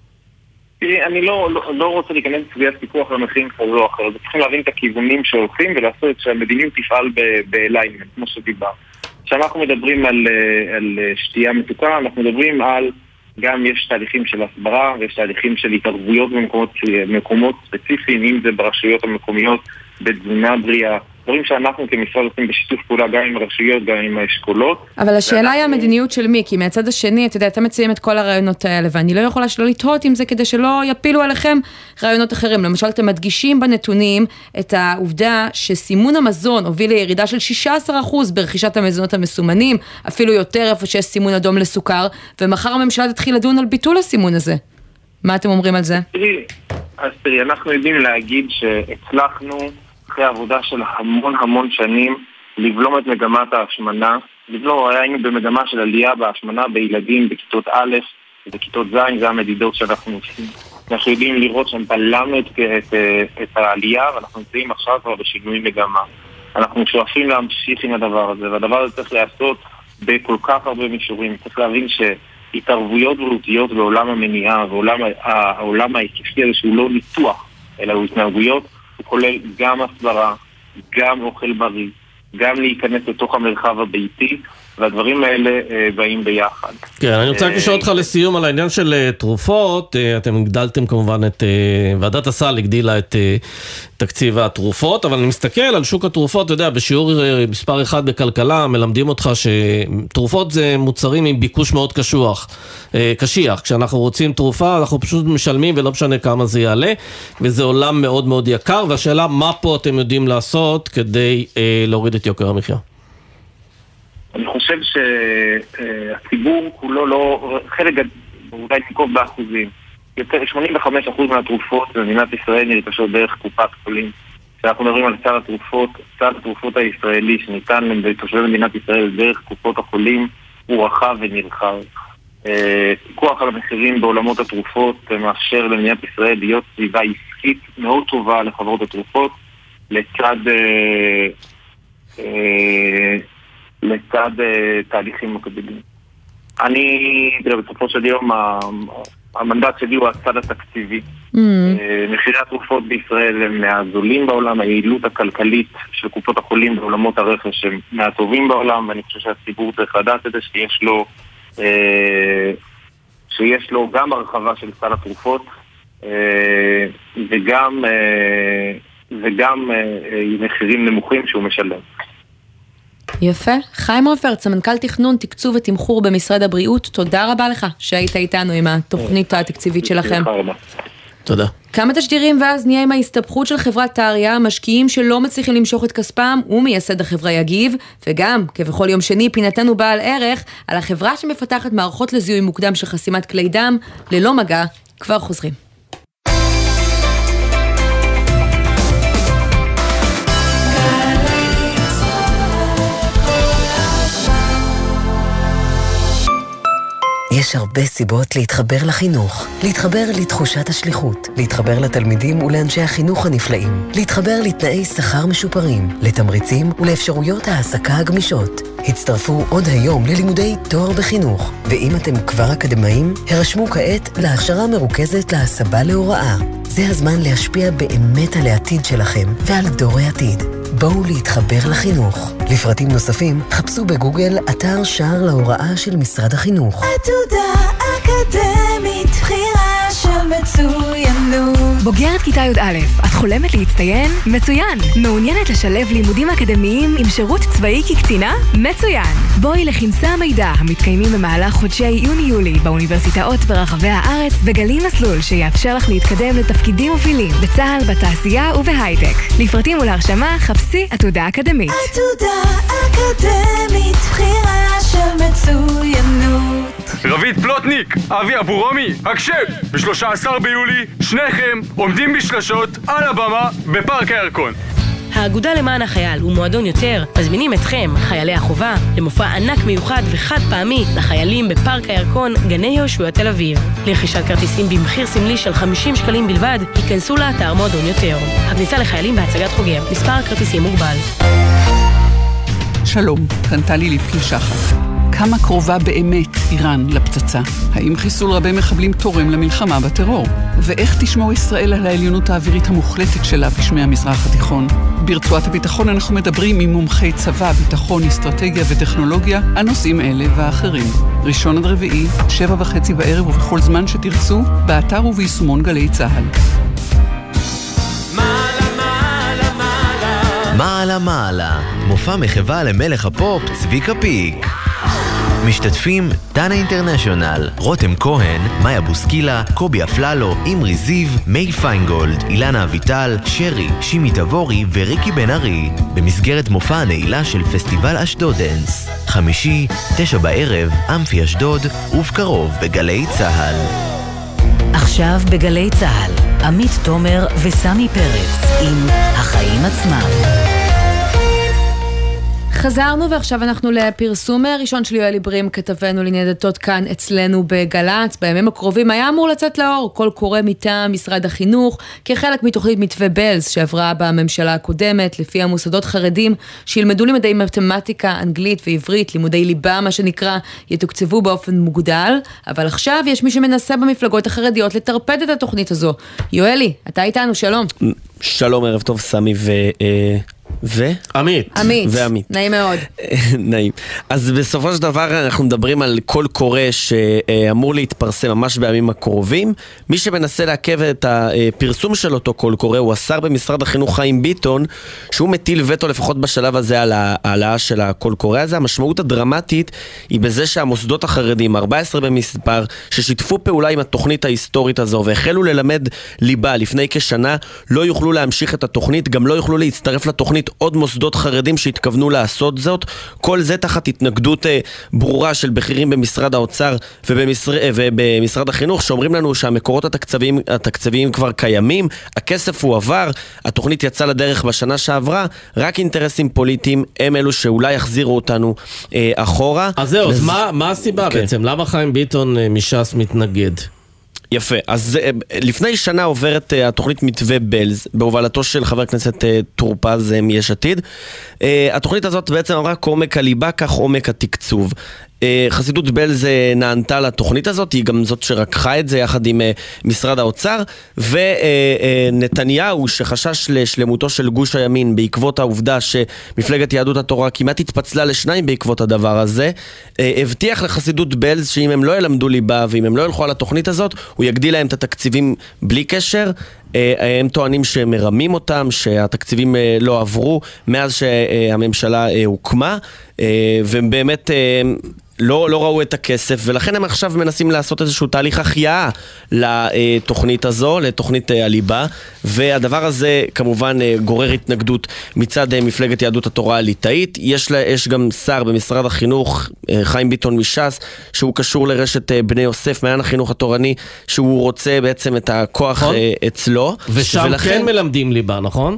אני לא רוצה להיכנס לסוגיית פיקוח למחירים כזו או אחרת. צריכים להבין את הכיוונים שהולכים ולעשות שהמדיניות תפעל באליינמנט, כמו שדיבר. כשאנחנו מדברים על שתייה מתוקה, אנחנו מדברים על, גם יש תהליכים של הסברה ויש תהליכים של התערבויות במקומות ספציפיים, אם זה ברשויות המקומיות, בתזונה בריאה, דברים שאנחנו כמשרד עושים בשיתוף פעולה גם עם הרשויות, גם עם האשכולות. אבל השאלה היא המדיניות של מי, כי מהצד השני, אתה יודע, אתם מציעים את כל הרעיונות האלה, ואני לא יכולה שלא לתהות עם זה כדי שלא יפילו עליכם רעיונות אחרים. למשל, אתם מדגישים בנתונים את העובדה שסימון המזון הוביל לירידה של 16% ברכישת המזונות המסומנים, אפילו יותר איפה שיש סימון אדום לסוכר, ומחר הממשלה תתחיל לדון על ביטול הסימון הזה. מה אתם אומרים על זה? תראי, אנחנו יודעים להגיד שהצלחנו אחרי עבודה של המון שנים לבלום את מגמת ההשמנה. היינו במגמה של עלייה בהשמנה בילדים בכיתות א' ובכיתות ז', זה המדידות שאנחנו עושים. אנחנו יודעים לראות שבלמנו את העלייה, ואנחנו נמצאים עכשיו כבר בשינוי מגמה. אנחנו שואפים להמשיך עם הדבר הזה, והדבר הזה צריך לעשות בכל כך הרבה מישורים. צריך להבין שהתערבויות בריאותיות בעולם המניעה והעולם ההיקפי הזה שהוא לא ניתוח, אלא הוא התנהגויות, הוא כולל גם הסברה, גם אוכל בריא, גם להיכנס לתוך המרחב הביתי, והדברים האלה באים ביחד. כן, אני רוצה לשאול אותך לסיום על העניין של תרופות. אתם הגדלתם כמובן את ועדת הסל, הגדילה את תקציב התרופות, אבל אני מסתכל על שוק התרופות, אתה יודע, בשיעור מספר 1 בכלכלה, מלמדים אותך שתרופות זה מוצרים עם ביקוש מאוד קשיח. כשאנחנו רוצים תרופה, אנחנו פשוט משלמים ולא משנה כמה זה יעלה, וזה עולם מאוד מאוד יקר, והשאלה מה פה אתם יודעים לעשות כדי להוריד את יוקר המחיה? אני חושב שהציבור כולו לא, חלק אולי נקוב באחוזים. 85% מהתרופות במדינת ישראל נרכשות דרך קופת חולים. כשאנחנו מדברים על סל התרופות הישראלי שניתן לתושבי מדינת ישראל דרך קופות החולים, הוא רחב ונרחב. פיקוח על המחירים בעולמות התרופות מאפשר למדינת ישראל להיות סביבה עסקית מאוד טובה לחברות התרופות, לצד תהליכים מקבילים. בסופו של יום המנדט שלי הוא הצד התקציבי. מחירי התרופות בישראל הם מהזולים בעולם, היעילות הכלכלית של קופות החולים בעולמות הרכש הם מהטובים בעולם, ואני חושב שהציבור צריך לדעת את זה שיש לו גם הרחבה של סל התרופות וגם מחירים נמוכים שהוא משלם. יפה. חיים עופר, סמנכ"ל תכנון, תקצוב ותמחור במשרד הבריאות, תודה רבה לך שהיית איתנו עם התוכנית התקציבית שלכם. תודה. כמה תשדירים ואז נהיה עם ההסתבכות של חברת טריה, משקיעים שלא מצליחים למשוך את כספם ומייסד החברה יגיב, וגם, כבכל יום שני, פינתנו בעל ערך על החברה שמפתחת מערכות לזיהוי מוקדם של חסימת כלי דם, ללא מגע, כבר חוזרים. יש הרבה סיבות להתחבר לחינוך, להתחבר לתחושת השליחות, להתחבר לתלמידים ולאנשי החינוך הנפלאים, להתחבר לתנאי שכר משופרים, לתמריצים ולאפשרויות העסקה הגמישות. הצטרפו עוד היום ללימודי תואר בחינוך, ואם אתם כבר אקדמאים, הרשמו כעת להכשרה מרוכזת להסבה להוראה. זה הזמן להשפיע באמת על העתיד שלכם ועל דור העתיד. בואו להתחבר לחינוך. לפרטים נוספים, חפשו בגוגל אתר שער להוראה של משרד החינוך. עתודה אקדמית, בחירה של מצוינות. בוגרת כיתה י"א, את חולמת להצטיין? מצוין. מעוניינת לשלב לימודים אקדמיים עם שירות צבאי כקצינה? מצוין. בואי לכנסי המידע המתקיימים במהלך חודשי יוני-יולי באוניברסיטאות ברחבי הארץ וגלי מסלול שיאפשר לך להתקדם לתפקידים מובילים בצה"ל, בתעשייה ובהייטק. לפרטים ולהרשמה חפשי עתודה אקדמית. עתודה אקדמית, בחירה של מצוינות. רבית פלוטניק, אבי אבורומי, הקשב! ב-13 ביולי, שניכם עומדים בשלשות על הבמה בפארק הירקון. האגודה למען החייל ומועדון יותר מזמינים אתכם, חיילי החובה, למופע ענק מיוחד וחד פעמי לחיילים בפארק הירקון, גני יהושע תל אביב. לרכישת כרטיסים במחיר סמלי של 50 שקלים בלבד, ייכנסו לאתר מועדון יותר. הכניסה לחיילים בהצגת חוגר, מספר הכרטיסים מוגבל. שלום, כאן טלי ליפקין שחר. כמה קרובה באמת איראן לפצצה? האם חיסול רבי מחבלים תורם למלחמה בטרור? ואיך תשמור ישראל על העליונות האווירית המוחלטת שלה בשמי המזרח התיכון? ברצועת הביטחון אנחנו מדברים עם מומחי צבא, ביטחון, אסטרטגיה וטכנולוגיה על נושאים אלה ואחרים. ראשון עד רביעי, 7:30 בערב ובכל זמן שתרצו, באתר וביישומון גלי צהל. מעלה מעלה, מופע מחווה למלך הפופ צביקה פיק. משתתפים דנה אינטרנשיונל, רותם כהן, מאיה בוסקילה, קובי אפללו, אמרי זיו, מי פיינגולד, אילנה אביטל, שרי, שימי תבורי וריקי בן ארי, במסגרת מופע הנעילה של פסטיבל אשדוד דנס. חמישי, 9 בערב, אמפי אשדוד, ובקרוב בגלי צהל. עכשיו בגלי צהל, עמית תומר וסמי פרץ עם החיים עצמם. חזרנו ועכשיו אנחנו לפרסום ראשון של יואל עיברים, כתבנו לענייני דתות כאן אצלנו בגל"צ. בימים הקרובים היה אמור לצאת לאור קול קורא מטעם משרד החינוך כחלק מתוכנית מתווה בלז שעברה בממשלה הקודמת, לפי המוסדות חרדים שילמדו לימודי מתמטיקה, אנגלית ועברית, לימודי ליבה מה שנקרא, יתוקצבו באופן מוגדל, אבל עכשיו יש מי שמנסה במפלגות החרדיות לטרפד את התוכנית הזו. יואלי, אתה איתנו, שלום. שלום, ערב טוב, סמי עמית. ועמית. נעים מאוד. נעים. אז בסופו של דבר אנחנו מדברים על קול קורא שאמור להתפרסם ממש בימים הקרובים. מי שמנסה לעכב את הפרסום של אותו קול קורא הוא השר במשרד החינוך חיים ביטון, שהוא מטיל וטו לפחות בשלב הזה על העלאה של הקול קורא הזה. המשמעות הדרמטית היא בזה שהמוסדות החרדים, 14 במספר, ששיתפו פעולה עם התוכנית ההיסטורית הזו והחלו ללמד ליבה לפני כשנה, לא יוכלו להמשיך את התוכנית, גם לא יוכלו להצטרף לתוכנית עוד מוסדות חרדים שהתכוונו לעשות זאת. כל זה תחת התנגדות ברורה של בכירים במשרד האוצר ובמשרד החינוך, שאומרים לנו שהמקורות התקציביים כבר קיימים, הכסף הוא עבר, התוכנית יצאה לדרך בשנה שעברה, רק אינטרסים פוליטיים הם אלו שאולי יחזירו אותנו אחורה. אז זהו, אז מה הסיבה בעצם? למה חיים ביטון מש"ס מתנגד? יפה, אז לפני שנה עוברת התוכנית מתווה בלז בהובלתו של חבר הכנסת טור פז מיש עתיד. התוכנית הזאת בעצם אמרה כעומק הליבה כך עומק התקצוב. חסידות בלז נענתה לתוכנית הזאת, היא גם זאת שרקחה את זה יחד עם משרד האוצר, ונתניהו שחשש לשלמותו של גוש הימין בעקבות העובדה שמפלגת יהדות התורה כמעט התפצלה לשניים בעקבות הדבר הזה, הבטיח לחסידות בלז שאם הם לא ילמדו ליבה ואם הם לא ילכו על התוכנית הזאת, הוא יגדיל להם את התקציבים בלי קשר. הם טוענים שמרמים אותם, שהתקציבים לא עברו מאז שהממשלה הוקמה, והם באמת לא ראו את הכסף, ולכן הם עכשיו מנסים לעשות איזשהו תהליך החייאה לתוכנית הזו, לתוכנית הליבה, והדבר הזה כמובן גורר התנגדות מצד מפלגת יהדות התורה הליטאית. יש גם שר במשרד החינוך, חיים ביטון מש"ס, שהוא קשור לרשת בני יוסף, מעיין החינוך התורני, שהוא רוצה בעצם את הכוח אצלו. ושם כן מלמדים ליבה, נכון?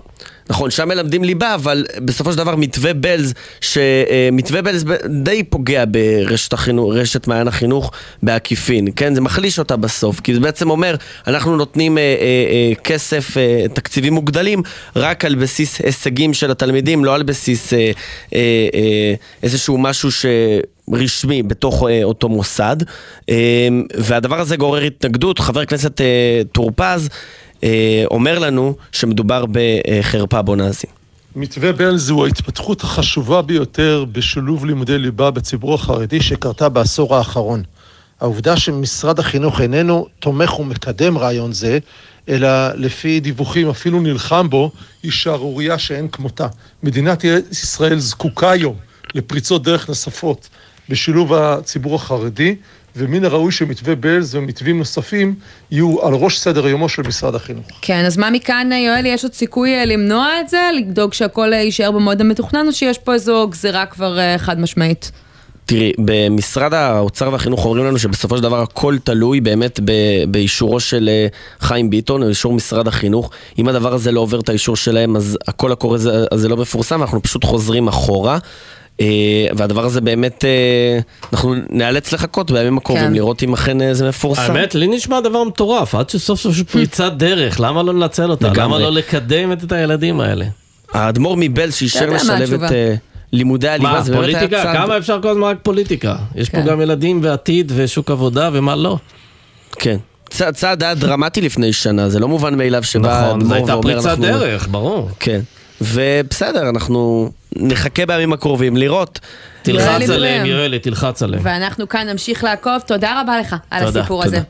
נכון, שם מלמדים ליבה, אבל בסופו של דבר מתווה בלז, שמתווה בלז די פוגע ברשת מעיין החינוך בעקיפין, כן? זה מחליש אותה בסוף, כי זה בעצם אומר, אנחנו נותנים כסף, תקציבים מוגדלים, רק על בסיס הישגים של התלמידים, לא על בסיס איזשהו משהו רשמי בתוך אותו מוסד, והדבר הזה גורר התנגדות. חבר הכנסת טור פז אומר לנו שמדובר בחרפה. בוא נאזין. מתווה בלז הוא ההתפתחות החשובה ביותר בשילוב לימודי ליבה בציבור החרדי שקרתה בעשור האחרון. העובדה שמשרד החינוך איננו תומך ומקדם רעיון זה, אלא לפי דיווחים אפילו נלחם בו, היא שערוריה שאין כמותה. מדינת ישראל זקוקה היום לפריצות דרך נוספות בשילוב הציבור החרדי, ומן הראוי שמתווה בלז ומתווים נוספים יהיו על ראש סדר יומו של משרד החינוך. כן, אז מה מכאן, יואל, יש עוד סיכוי למנוע את זה? לדאוג שהכל יישאר במועד המתוכנן, או שיש פה איזו גזירה כבר חד משמעית? תראי, במשרד האוצר והחינוך אומרים לנו שבסופו של דבר הכל תלוי באמת באישורו של חיים ביטון, או אישור משרד החינוך. אם הדבר הזה לא עובר את האישור שלהם, אז הכל הקורא הזה לא מפורסם, אנחנו פשוט חוזרים אחורה. והדבר הזה באמת אנחנו נאלץ לחכות בימים הקרובים לראות אם אכן זה מפורסם. האמת, לי נשמע דבר מטורף, עד שסוף סוף פריצת דרך, למה לא לנצל אותה? למה לא לקדם את הילדים האלה? האדמו"ר מבלז שאישר לשלב את לימודי הליבה. מה, פוליטיקה? כמה אפשר כל הזמן רק פוליטיקה? יש פה גם ילדים ועתיד ושוק עבודה ומה לא. כן. צעד היה דרמטי לפני שנה, זה לא מובן מאליו שבא נכון, זו הייתה פריצת דרך, ברור. כן. ובסדר, אנחנו נחכה בימים הקרובים לראות. תלחץ עליהם, יואלי, תלחץ עליהם. ואנחנו כאן נמשיך לעקוב. תודה רבה לך על הסיפור הזה.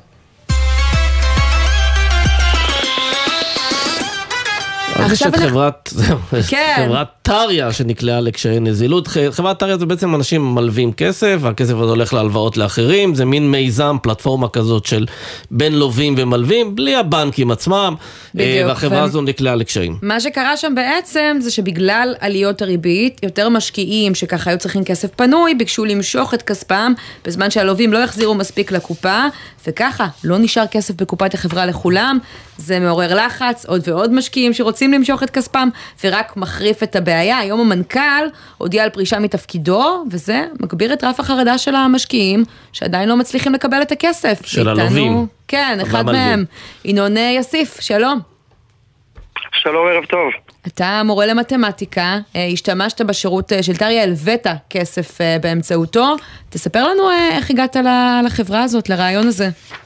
יש את חברת טריה שנקלעה לקשיי נזילות. חברת טריה זה בעצם אנשים מלווים כסף, והכסף הזה הולך להלוואות לאחרים, זה מין מיזם, פלטפורמה כזאת של בין לווים ומלווים, בלי הבנקים עצמם, והחברה הזו נקלעה לקשיים. מה שקרה שם בעצם זה שבגלל עליות הריבית, יותר משקיעים שככה היו צריכים כסף פנוי, ביקשו למשוך את כספם, בזמן שהלווים לא יחזירו מספיק לקופה, וככה לא נשאר כסף בקופת החברה לכולם, זה מעורר לחץ, עוד ועוד משקיעים שרוצים למשוך את כספם, ורק מחריף את הבעיה. היום המנכ"ל הודיע על פרישה מתפקידו, וזה מגביר את רף החרדה של המשקיעים, שעדיין לא מצליחים לקבל את הכסף. של הלווים. כן, אחד מהם. ינון יסיף, שלום. שלום, ערב טוב. אתה מורה למתמטיקה, השתמשת בשירות של טריה, הלווית כסף באמצעותו. תספר לנו איך הגעת לחברה הזאת, לרעיון הזה.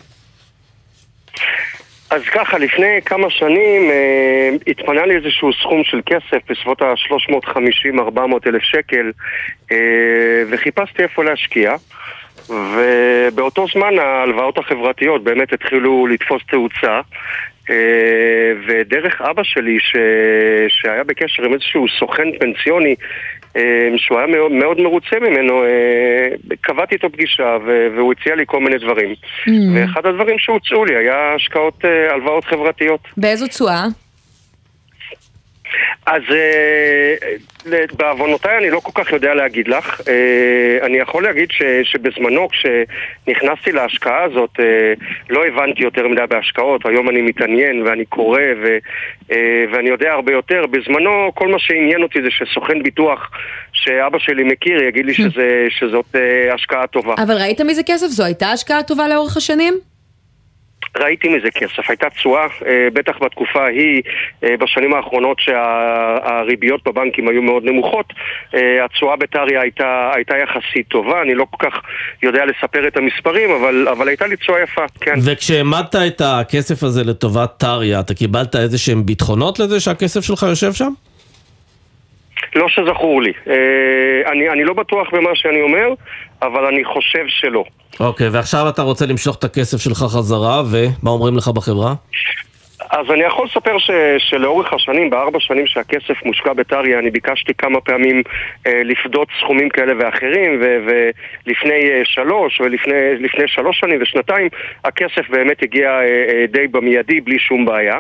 אז ככה, לפני כמה שנים התפנה לי איזשהו סכום של כסף בסביבות ה-350-400 אלף שקל, וחיפשתי איפה להשקיע, ובאותו זמן ההלוואות החברתיות באמת התחילו לתפוס תאוצה, ודרך אבא שלי שהיה בקשר עם איזשהו סוכן פנסיוני שהוא היה מאוד מרוצה ממנו, קבעתי איתו פגישה והוא הציע לי כל מיני דברים, ואחד הדברים שהוצאו לי היה השקעות הלוואות חברתיות. באיזו צועה? אז בעוונותיי אני לא כל כך יודע להגיד לך. אני יכול להגיד שבזמנו כשנכנסתי להשקעה הזאת לא הבנתי יותר מדי בהשקעות. היום אני מתעניין ואני קורא ואני יודע הרבה יותר. בזמנו כל מה שעניין אותי זה שסוכן ביטוח שאבא שלי מכיר יגיד לי שזאת השקעה טובה. אבל ראית מזה כסף? זו הייתה השקעה טובה לאורך השנים? ראיתי מזה כסף, הייתה תשואה, בטח בתקופה ההיא, בשנים האחרונות שהריביות בבנקים היו מאוד נמוכות, התשואה בטריה הייתה יחסית טובה, אני לא כל כך יודע לספר את המספרים, אבל הייתה לי תשואה יפה, כן. וכשהעמדת את הכסף הזה לטובת טריה, אתה קיבלת איזה שהם ביטחונות לזה שהכסף שלך יושב שם? לא שזכור לי. אני לא בטוח במה שאני אומר, אבל אני חושב שלא. אוקיי, ועכשיו אתה רוצה למשוך את הכסף שלך חזרה, ומה אומרים לך בחברה? אז אני יכול לספר שלאורך השנים, ב4 שנים שהכסף מושקע בטריה, אני ביקשתי כמה פעמים לפדות סכומים כאלה ואחרים, ולפני 3 ולפני 3 שנים ושנתיים, הכסף באמת הגיע די במיידי, בלי שום בעיה.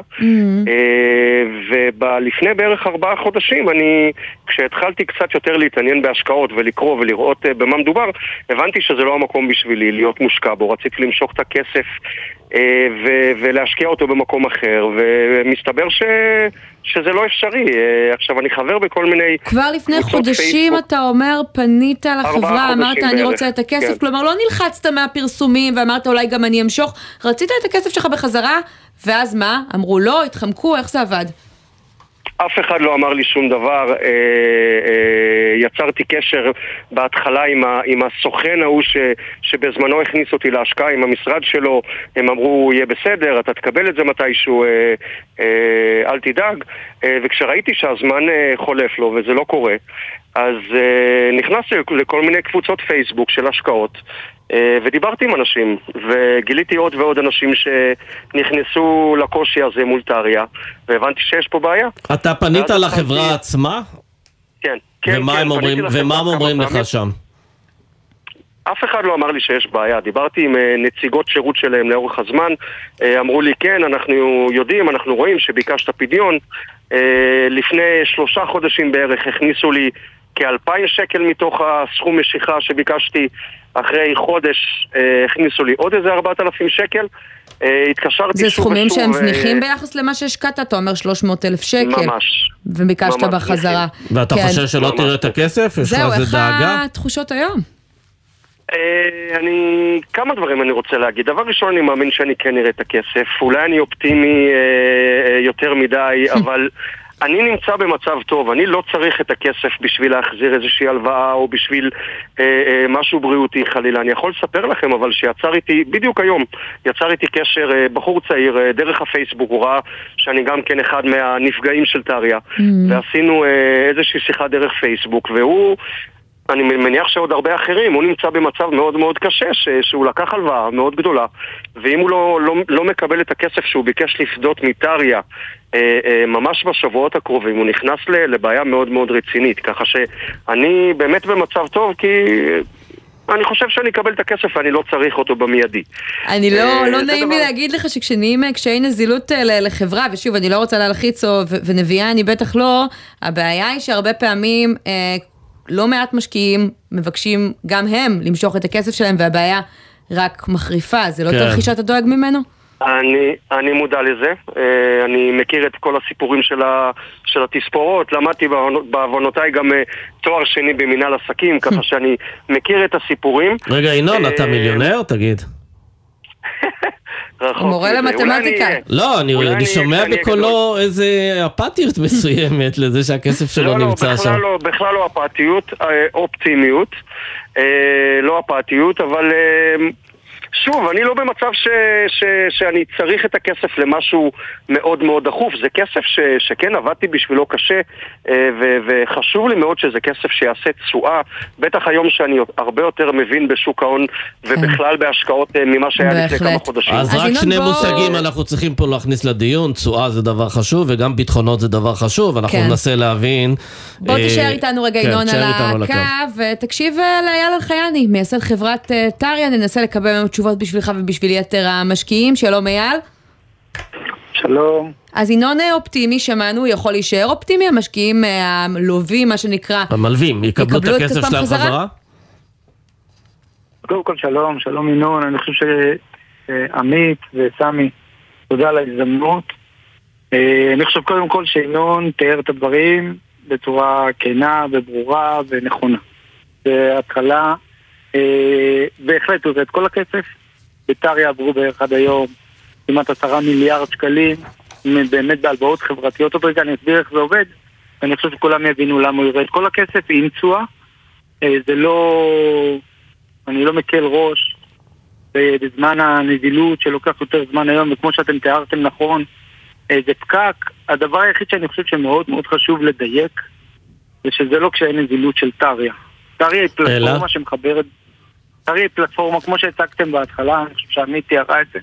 ולפני בערך 4 חודשים, כשהתחלתי קצת יותר להתעניין בהשקעות ולקרוא ולראות במה מדובר, הבנתי שזה לא המקום בשבילי להיות מושקע בו, רציתי למשוך את הכסף ולהשקיע אותו במקום אחר, אחר, ומסתבר שזה לא אפשרי. עכשיו, אני חבר בכל מיני... כבר לפני חודשים אתה אומר, פנית לחברה, אמרת אני רוצה את הכסף, כן. כלומר לא נלחצת מהפרסומים ואמרת אולי גם אני אמשוך, רצית את הכסף שלך בחזרה, ואז מה? אמרו לא, התחמקו, איך זה עבד? אף אחד לא אמר לי שום דבר. יצרתי קשר בהתחלה עם הסוכן ההוא שבזמנו הכניס אותי להשקעה, עם המשרד שלו. הם אמרו יהיה בסדר, אתה תקבל את זה מתישהו, אל תדאג. וכשראיתי שהזמן חולף לו וזה לא קורה, אז נכנסתי לכל מיני קבוצות פייסבוק של השקעות ודיברתי עם אנשים, וגיליתי עוד ועוד אנשים שנכנסו לקושי הזה מול טריה, והבנתי שיש פה בעיה. אתה פנית לחברה עצמה? כן. ומה הם אומרים לך שם? אף אחד לא אמר לי שיש בעיה. דיברתי עם נציגות שירות שלהם לאורך הזמן, אמרו לי כן, אנחנו יודעים, אנחנו רואים שביקשת פדיון. לפני 3 חודשים בערך הכניסו לי כ2,000 שקל מתוך הסכום משיכה שביקשתי. אחרי חודש הכניסו לי עוד איזה 4,000 שקל. התקשרתי זה סכומים שהם זניחים ביחס למה שהשקעת? אתה אומר 300,000 שקל. ממש. וביקשת בחזרה. ואתה חושב שלא תראה את הכסף? זהו, איך התחושות היום? כמה דברים אני רוצה להגיד. דבר ראשון, אני מאמין שאני כן אראה את הכסף. אולי אני אופטימי יותר מדי, אבל אני נמצא במצב טוב. אני לא צריך את הכסף בשביל להחזיר איזושהי הלוואה או בשביל משהו בריאותי חלילה. אני יכול לספר לכם, אבל שיצר איתי, בדיוק היום, יצר איתי קשר בחור צעיר דרך הפייסבוק. הוא ראה שאני גם כן אחד מהנפגעים של טריה. ועשינו איזושהי שיחה דרך פייסבוק, והוא... אני מניח שעוד הרבה אחרים, הוא נמצא במצב מאוד מאוד קשה, שהוא לקח הלוואה מאוד גדולה, ואם הוא לא מקבל את הכסף שהוא ביקש לפדות מטריה, ממש בשבועות הקרובים, הוא נכנס לבעיה מאוד מאוד רצינית, ככה שאני באמת במצב טוב, כי אני חושב שאני אקבל את הכסף ואני לא צריך אותו במיידי. אני לא נעים לי להגיד לך שכשנהיים קשיי נזילות לחברה, ושוב, אני לא רוצה להלחיץ ונביאה, אני בטח לא, הבעיה היא שהרבה פעמים... לא מעט משקיעים מבקשים גם הם למשוך את הכסף שלהם, והבעיה רק מחריפה. זה לא תרחיש שאתה דואג ממנו? אני מודע לזה. אני מכיר את כל הסיפורים של התספורות. למדתי בעוונותיי גם תואר שני במנהל עסקים, ככה שאני מכיר את הסיפורים. רגע, ינון, אתה מיליונר? תגיד. מורה למתמטיקה. לא, אני שומע בקולו איזה אפתיות מסוימת לזה שהכסף שלו נמצא שם. בכלל לא אפתיות, אופטימיות. לא אפתיות, אבל שוב, אני לא במצב שאני צריך את הכסף למשהו מאוד מאוד דחוף. זה כסף שכן עבדתי בשבילו קשה, וחשוב לי מאוד שזה כסף שיעשה תשואה, בטח היום שאני הרבה יותר מבין בשוק ההון ובכלל בהשקעות ממה שהיה לפני כמה חודשים. אז רק שני מושגים אנחנו צריכים פה להכניס לדיון. תשואה זה דבר חשוב וגם ביטחונות זה דבר חשוב. אנחנו ננסה להבין. בוא תישאר איתנו רגע ינון על הקו ותקשיב לאייל אלחייני, מייסד חברת טריה. ננסה לקבל תשובות בשבילך ובשביל יתר המשקיעים. שלום אייל. שלום. אז ינון אופטימי, שמענו, יכול להישאר אופטימי, המשקיעים הלווים, מה שנקרא, המלווים, יקבלו את הכסף שלהם חזרה? קודם כל שלום ינון, אני חושב שעמית וסמי, תודה על ההזדמנות. אני חושב קודם כל שינון תיאר את הדברים בצורה כנה וברורה ונכונה. בהתחלה, בהחלט הוא את כל הכסף, בטריה עברו בערך עד היום כמעט 10 מיליארד שקלים, באמת בהלוואות חברתיות. עוד רגע אני אסביר איך זה עובד, ואני חושב שכולם יבינו למה הוא יראה את כל הכסף עם תשואה. זה לא, אני לא מקל ראש בזמן הנזילות שלוקח יותר זמן היום, וכמו שאתם תיארתם נכון, זה פקק. הדבר היחיד שאני חושב שמאוד מאוד חשוב לדייק, זה שזה לא כשאין נזילות של טריה. טריה היא פלטפורמה שמחברת, טריה היא פלטפורמה כמו שהצגתם בהתחלה, אני חושב שעמית תיארה את זה,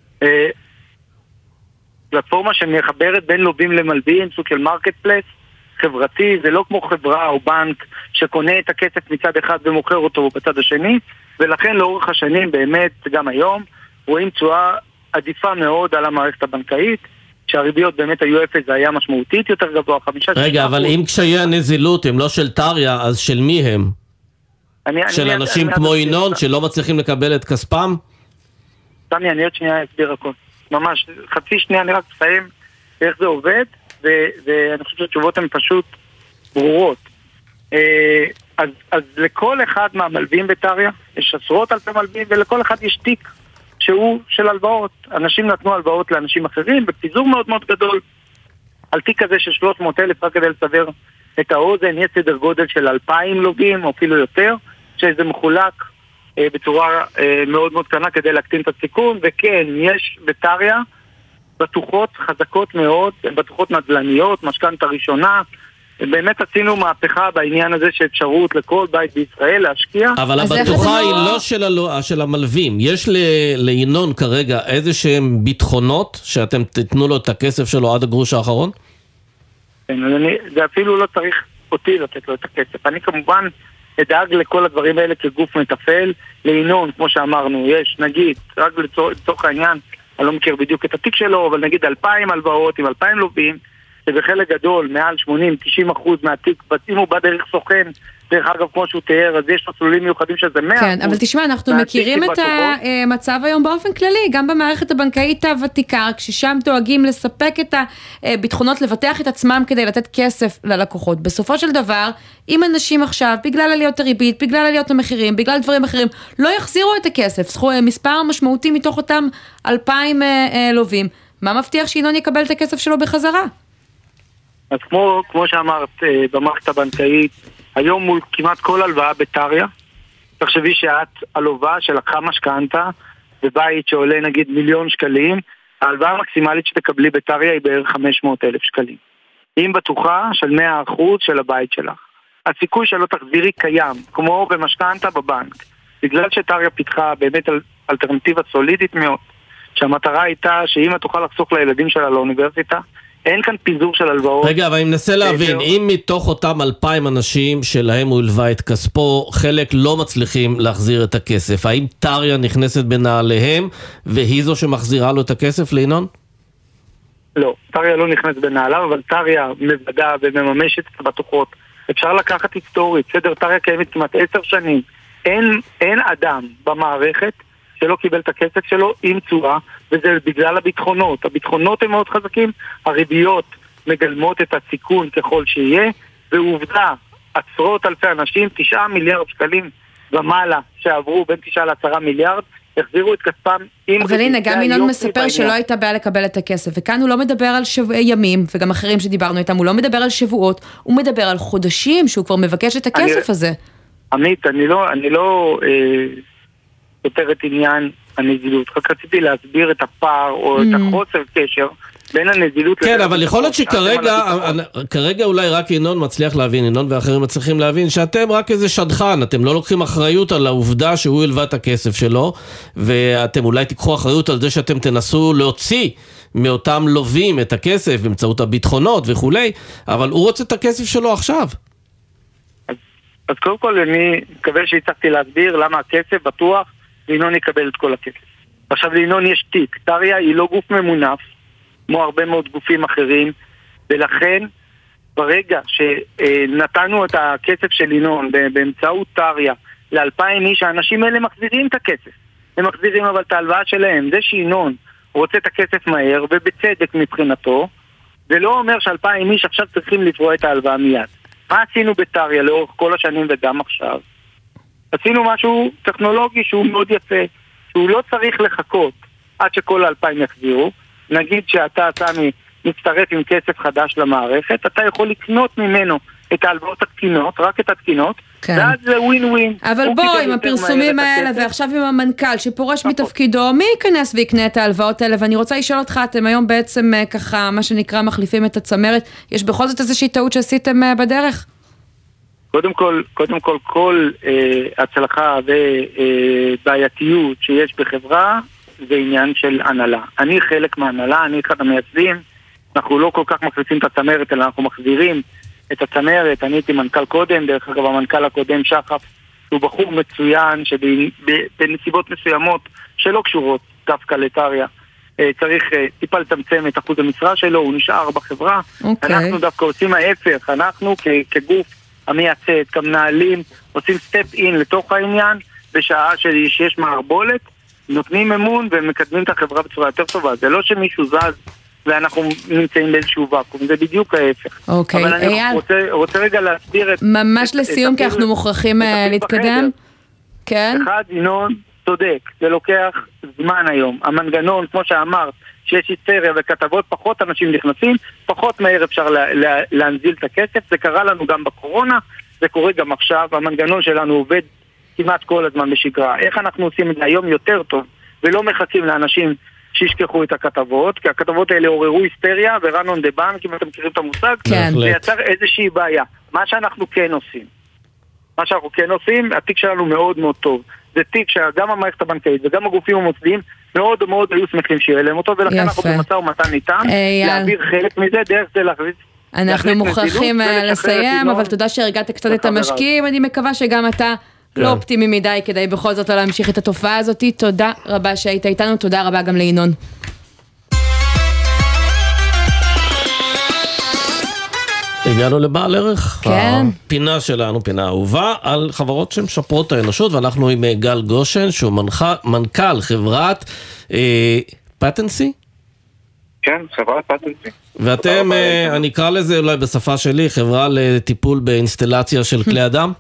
פלטפורמה שמחברת בין לווים למלווים, סוג של מרקט פלייס חברתי. זה לא כמו חברה או בנק שקונה את הכסף מצד אחד ומוכר אותו בצד השני, ולכן לאורך השנים באמת גם היום רואים תשואה עדיפה מאוד על המערכת הבנקאית, שהריביות באמת היו אפס, זה היה משמעותית יותר גבוה, 5-6%. רגע, אבל אם קשיי הנזילות הם לא של טריה, אז של מי הם? של אנשים כמו ינון שלא מצליחים לקבל את כספם? סמי, אני עוד שנייה אסביר הכל. ממש חצי שנייה אני רק מסיים איך זה עובד, ואני חושב שהתשובות הן פשוט ברורות. אז לכל אחד מהמלווים בטריה, יש עשרות אלפי מלווים, ולכל אחד יש תיק שהוא של הלוואות. אנשים נתנו הלוואות לאנשים אחרים, בפיזור מאוד מאוד גדול. על תיק כזה של 300,000, רק כדי לסבר את האוזן, יש סדר גודל של 2,000 לווים, או אפילו יותר, שזה מחולק בצורה מאוד מאוד קטנה כדי להקטין את הסיכון, וכן, יש בטריה בטוחות חזקות מאוד, בטוחות נדל"ניות, משכנתא ראשונה, באמת עשינו מהפכה בעניין הזה שאפשרות לכל בית בישראל להשקיע. אבל הבטוחה היא לא של המלווים. יש לינון כרגע איזה שהם ביטחונות שאתם תתנו לו את הכסף שלו עד הגרוש האחרון? כן, זה אפילו לא צריך אותי לתת לו את הכסף. אני כמובן אדאג לכל הדברים האלה כגוף מטפל. לינון, כמו שאמרנו, יש נגיד, רק לצורך העניין, אני לא מכיר בדיוק את התיק שלו, אבל נגיד 2,000 הלוואות עם 2,000 לווים, שבחלק גדול, מעל 80-90% מהתיק, אם הוא בא דרך סוכן, דרך אגב, כמו שהוא תיאר, אז יש מסלולים מיוחדים שזה 100%. כן, אבל תשמע, אנחנו מכירים את המצב היום באופן כללי, גם במערכת הבנקאית הוותיקה, כששם דואגים לספק את הביטחונות, לבטח את עצמם כדי לתת כסף ללקוחות. בסופו של דבר, אם אנשים עכשיו, בגלל עליות הריבית, בגלל עליות המחירים, בגלל דברים אחרים, לא יחזירו את הכסף, מספר משמעותי מתוך אותם 2,000 לווים, מה מבטיח שינון יקבל את הכסף שלו בחזרה? אז כמו שאמרת, במערכת הבנקאית, היום מול כמעט כל הלוואה בטריה, תחשבי שאת הלוואה שלקחה משכנתא, בבית שעולה נגיד 1,000,000 שקלים, ההלוואה המקסימלית שתקבלי בטריה היא בערך 500,000 שקלים. אם בטוחה של 100% של הבית שלך. הסיכוי שלא תחזירי קיים, כמו במשכנתא בבנק. בגלל שטריה פיתחה באמת אלטרנטיבה סולידית מאוד, שהמטרה הייתה שאם את תוכל לחסוך לילדים שלה לאוניברסיטה, אין כאן פיזור של הלוואות. רגע, אבל אני מנסה להבין, אם מתוך אותם 2,000 אנשים שלהם הוא הלווה את כספו, חלק לא מצליחים להחזיר את הכסף, האם טריה נכנסת בנעליהם, והיא זו שמחזירה לו את הכסף, לינון? לא, טריה לא נכנסת בנעליו, אבל טריה מבדה ומממשת את הבטוחות. אפשר לקחת היסטורית, סדר טריה קיימת כמעט 10 שנים. אין אדם במערכת שלא קיבל את הכסף שלו עם צורה, וזה בגלל הביטחונות. הביטחונות הם מאוד חזקים, הריביות מגלמות את הסיכון ככל שיהיה, ועובדה, עשרות אלפי אנשים, 9 מיליארד שקלים ומעלה שעברו בין 9 ל10 מיליארד, החזירו את כספם עם... אבל הנה, גם ינון מספר שלא הייתה בעיה לקבל את הכסף, וכאן הוא לא מדבר על ימים, וגם אחרים שדיברנו איתם, הוא לא מדבר על שבועות, הוא מדבר על חודשים שהוא כבר מבקש את הכסף הזה. עמית, אני לא יותר את עניין הנזילות, רק רציתי להסביר את הפער או את החוסר קשר בין הנזילות... כן, אבל יכול להיות שכרגע אולי רק ינון מצליח להבין, ינון ואחרים מצליחים להבין שאתם רק איזה שדכן, אתם לא לוקחים אחריות על העובדה שהוא ילווה את הכסף שלו, ואתם אולי תיקחו אחריות על זה שאתם תנסו להוציא מאותם לווים את הכסף באמצעות הביטחונות וכולי, אבל הוא רוצה את הכסף שלו עכשיו. אז קודם כל אני מקווה שהצלחתי להסביר למה הכסף בטוח לינון יקבל את כל הכסף. עכשיו לינון יש תיק, טריה היא לא גוף ממונף, כמו הרבה מאוד גופים אחרים, ולכן ברגע שנתנו את הכסף של לינון באמצעות טריה ל2,000 איש, האנשים האלה מחזירים את הכסף. הם מחזירים אבל את ההלוואה שלהם. זה שינון רוצה את הכסף מהר, ובצדק מבחינתו, זה לא אומר ש2,000 איש עכשיו צריכים לפרוע את ההלוואה מיד. מה עשינו בטריה לאורך כל השנים וגם עכשיו? עשינו משהו טכנולוגי שהוא מאוד יפה, שהוא לא צריך לחכות עד שכל 2,000 יחזירו. נגיד שאתה מצטרף עם כסף חדש למערכת, אתה יכול לקנות ממנו את ההלוואות התקינות, רק את התקינות, ואז זה ווין ווין. אבל בוא, עם הפרסומים האלה, ועכשיו עם המנכ"ל שפורש מתפקידו, מי ייכנס ויקנה את ההלוואות האלה? ואני רוצה לשאול אותך, אתם היום בעצם ככה, מה שנקרא, מחליפים את הצמרת, יש בכל זאת איזושהי טעות שעשיתם בדרך? קודם כל, כל הצלחה ובעייתיות שיש בחברה, זה עניין של הנהלה. אני חלק מהנהלה, אני אחד המייסדים, אנחנו לא כל כך מחליפים את הצמרת, אלא אנחנו מחזירים את הצמרת. אני הייתי מנכ"ל קודם, דרך אגב המנכ"ל הקודם שחף, הוא בחור מצוין, שבנסיבות מסוימות שלא קשורות דווקא לטריה, צריך טיפה לצמצם את אחוז המשרה שלו, הוא נשאר בחברה. אנחנו דווקא עושים ההפך, אנחנו כגוף המייצד, כמנהלים, עושים סטפ אין לתוך העניין, בשעה שיש מערבולת, נותנים אמון ומקדמים את החברה בצורה יותר טובה. זה לא שמישהו זז ואנחנו נמצאים באיזשהו ואקום, זה בדיוק ההפך. אוקיי, אבל אני רוצה רגע להסביר את... ממש לסיום, כי אנחנו מוכרחים להתקדם. כן? אחד, ינון צודק, זה לוקח זמן היום. המנגנון, כמו שאמרת, שיש היסטריה וכתבות, פחות אנשים נכנסים, פחות מהר אפשר להנזיל את הכסף. זה קרה לנו גם בקורונה, זה קורה גם עכשיו. המנגנון שלנו עובד כמעט כל הזמן בשגרה. איך אנחנו עושים את זה היום יותר טוב, ולא מחכים לאנשים שישכחו את הכתבות, כי הכתבות האלה עוררו היסטריה ורן און דה בנק, אם אתם מכירים את המושג, זה יצר איזושהי בעיה. מה שאנחנו כן עושים, התיק שלנו מאוד מאוד טוב. זה תיק שגם המערכת הבנקאית וגם הגופים המוסדיים מאוד מאוד היו שמחים שיהיה להם אותו, ולכן אנחנו במצא ומתן איתם להעביר חלק מזה, דרך זה להכניס. אנחנו מוכרחים לסיים, אבל תודה שהרגעת קצת את המשקיעים, אני מקווה שגם אתה לא אופטימי מדי כדי בכל זאת לא להמשיך את התופעה הזאת. תודה רבה שהיית איתנו, תודה רבה גם לינון. הגענו לבעל ערך, כן. הפינה שלנו, פינה אהובה, על חברות שמשפרות את האנושות, ואנחנו עם גל גושן, שהוא מנכ"ל חברת פטנסי? כן, חברת פטנסי. ואתם, אני אקרא לזה אולי בשפה שלי, חברה לטיפול באינסטלציה של כלי אדם?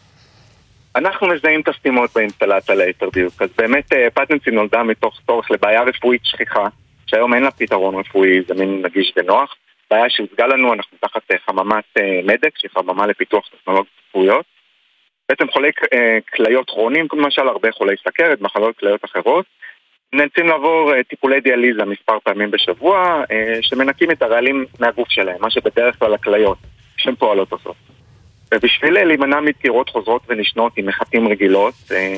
אנחנו מזהים את הסתימות באינסטלציה ליתר דיוק. אז באמת פטנסי נולדה מתוך צורך לבעיה רפואית שכיחה, שהיום אין לה פתרון רפואי זמין, נגיש ונוח. בעיה שהוצגה לנו, אנחנו תחת חממת מדק, שהיא חממה לפיתוח טכנולוגיות רפואיות. בעצם חולי כליות כרוניים, למשל הרבה חולי סכרת, מחלות כליות אחרות, נאלצים לעבור טיפולי דיאליזה מספר פעמים בשבוע, שמנקים את הרעלים מהגוף שלהם, מה שבדרך כלל הכליות, שהן פועלות עושות. ובשביל להימנע מדקירות חוזרות ונשנות עם מחטים רגילות,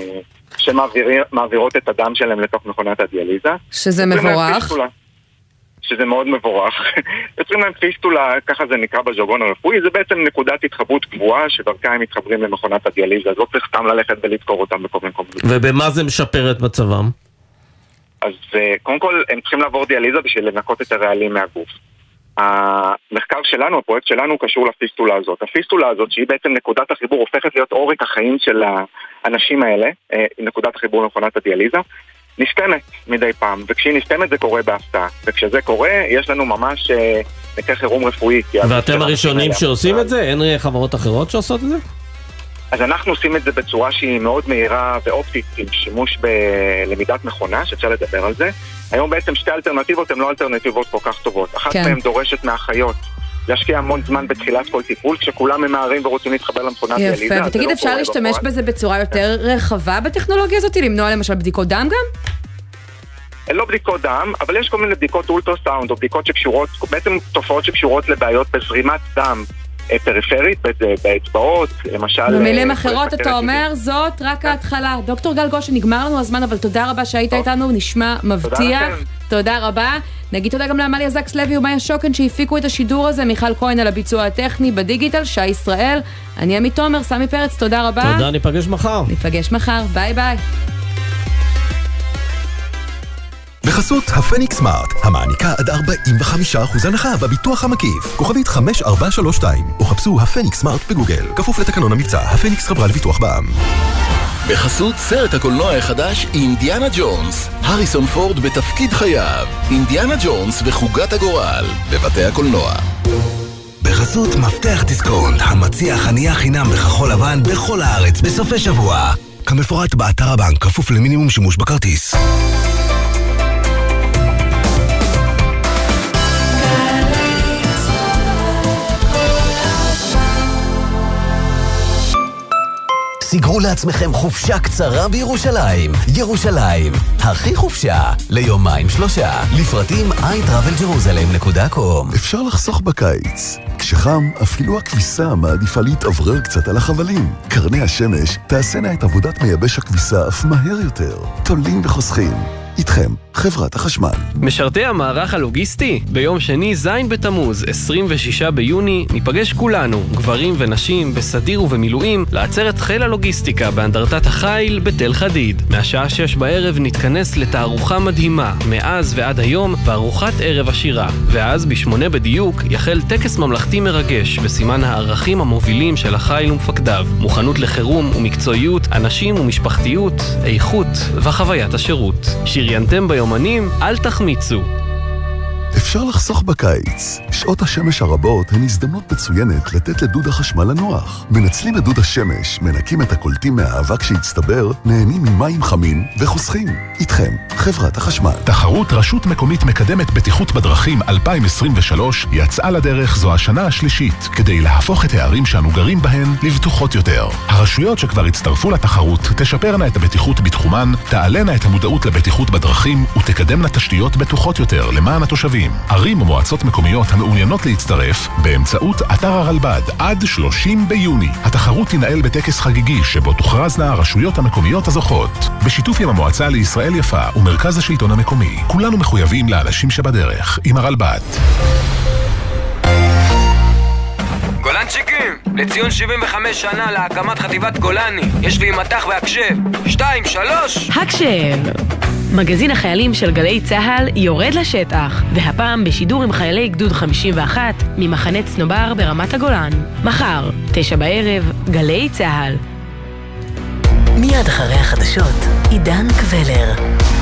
שמעבירות את הדם שלהם לתוך מכונת הדיאליזה. שזה מבורך. שזה מאוד מבורך. יוצרים להם פיסטולה, ככה זה נקרא בז'רגון הרפואי, זה בעצם נקודת התחברות קבועה שדרכה הם מתחברים למכונת הדיאליזה, אז לא צריך סתם ללכת ולדקור אותם בכל מיני קומות. ובמה זה משפר את מצבם? אז קודם כל הם צריכים לעבור דיאליזה בשביל לנקות את הרעלים מהגוף. המחקר שלנו, הפרויקט שלנו קשור לפיסטולה הזאת. הפיסטולה הזאת שהיא בעצם נקודת החיבור הופכת להיות עורק החיים של האנשים האלה, נקודת החיבור למכונת הדיאליזה. נסתמת מדי פעם, וכשהיא נסתמת זה קורה בהפתעה, וכשזה קורה יש לנו ממש מקרה חירום רפואי. ואתם הראשונים שעושים את זה? אין חברות אחרות שעושות את זה? אז אנחנו עושים את זה בצורה שהיא מאוד מהירה ואופטית, עם שימוש בלמידת מכונה, שאפשר לדבר על זה. היום בעצם שתי אלטרנטיבות הן לא אלטרנטיבות כל כך טובות. אחת מהן דורשת מהאחיות להשקיע המון זמן בתחילת כל טיפול, כשכולם ממהרים ורוצים להתחבר למכונת דיאליזה. יפה, ותגיד, אפשר להשתמש בזה בצורה יותר רחבה בטכנולוגיה הזאת, למנוע למשל בדיקות דם גם? לא בדיקות דם, אבל יש כל מיני בדיקות אולטרסאונד, או בדיקות שקשורות, בעצם תופעות שקשורות לבעיות בזרימת דם פריפרית, באצבעות, למשל... במילים אחרות אתה אומר, זאת רק ההתחלה. דוקטור גל גושן, נגמר לנו הזמן, אבל תודה רבה שהיית איתנו, נשמע מבטיח. תודה רבה. נגיד תודה גם לעמליה זקס לוי ומאיה שוקן שהפיקו את השידור הזה, מיכל כהן על הביצוע הטכני בדיגיטל, שי ישראל, אני עמית תומר, סמי פרץ, תודה רבה. תודה, ניפגש מחר. ניפגש מחר, ביי ביי. בחסות הפניקס סמארט, המעניקה עד 45% הנחה בביטוח המקיף. כוכבית 5432, או חפשו הפניקס סמארט בגוגל. כפוף לתקנון המבצע, הפניקס חברה לביטוח בע"מ. בחסות סרט הקולנוע החדש אינדיאנה ג'ונס, הריסון פורד בתפקיד חייו. אינדיאנה ג'ונס וחוגת הגורל, בבתי הקולנוע. בחסות מפתח דיסקונט, המציע חנייה חינם בכחול לבן בכל הארץ בסופי שבוע. כמפורט באתר הבנק, כפוף למינימום שימוש בכרטיס. סגרו לעצמכם חופשה קצרה בירושלים. ירושלים, הכי חופשה, ליומיים 3. לפרטים iTravelJerusalem.com. אפשר לחסוך בקיץ. כשחם, אפילו הכביסה מעדיפה להתאוורר קצת על החבלים. קרני השמש תעשינה את עבודת מייבש הכביסה אף מהר יותר. תולים וחוסכים. איתכם, חברת החשמל. משרתי המערך הלוגיסטי, ביום שני ז' בתמוז, 26 ביוני, ניפגש כולנו, גברים ונשים, בסדיר ובמילואים, לעצרת חיל הלוגיסטיקה באנדרטת החיל בתל חדיד. מהשעה 6 בערב נתכנס לתערוכה מדהימה, מאז ועד היום, וארוחת ערב עשירה. ואז ב8 בדיוק יחל טקס ממלכתי מרגש, בסימן הערכים המובילים של החיל ומפקדיו. מוכנות לחירום ומקצועיות, אנשים ומשפחתיות, איכות וחוויית השירות. שריינתם ביומנים, אל תחמיצו. אפשר לחסוך בקיץ. שעות השמש הרבות הן הזדמנות מצוינת לתת לדוד החשמל לנוח. מנצלים את דוד השמש, מנקים את הקולטים מהאבק שהצטבר, נהנים ממים חמים וחוסכים. איתכם, חברת החשמל. תחרות רשות מקומית מקדמת בטיחות בדרכים 2023 יצאה לדרך זו השנה השלישית, כדי להפוך את הערים שאנו גרים בהן לבטוחות יותר. הרשויות שכבר הצטרפו לתחרות תשפרנה את הבטיחות בתחומן, תעלנה את המודעות לבטיחות בדרכים ותקדמנה תשתיות בטוחות יותר למען התושבים. ערים ומועצות מקומיות המעוניינות להצטרף באמצעות אתר הרלב"ד עד 30 ביוני. התחרות תנהל בטקס חגיגי שבו תוכרזנה הרשויות המקומיות הזוכות. בשיתוף עם המועצה לישראל יפה ומרכז השלטון המקומי. כולנו מחויבים לאנשים שבדרך עם הרלב"ד. גולנצ'יקים, לציון 75 שנה להקמת חטיבת גולני. יש לי מטח והקשב. 2, 3 הקשב. מגזין החיילים של גלי צהל יורד לשטח, והפעם בשידור עם חיילי גדוד 51 ממחנה צנובר ברמת הגולן. מחר, 9 בערב, גלי צהל. מיד אחרי החדשות, עידן קבלר.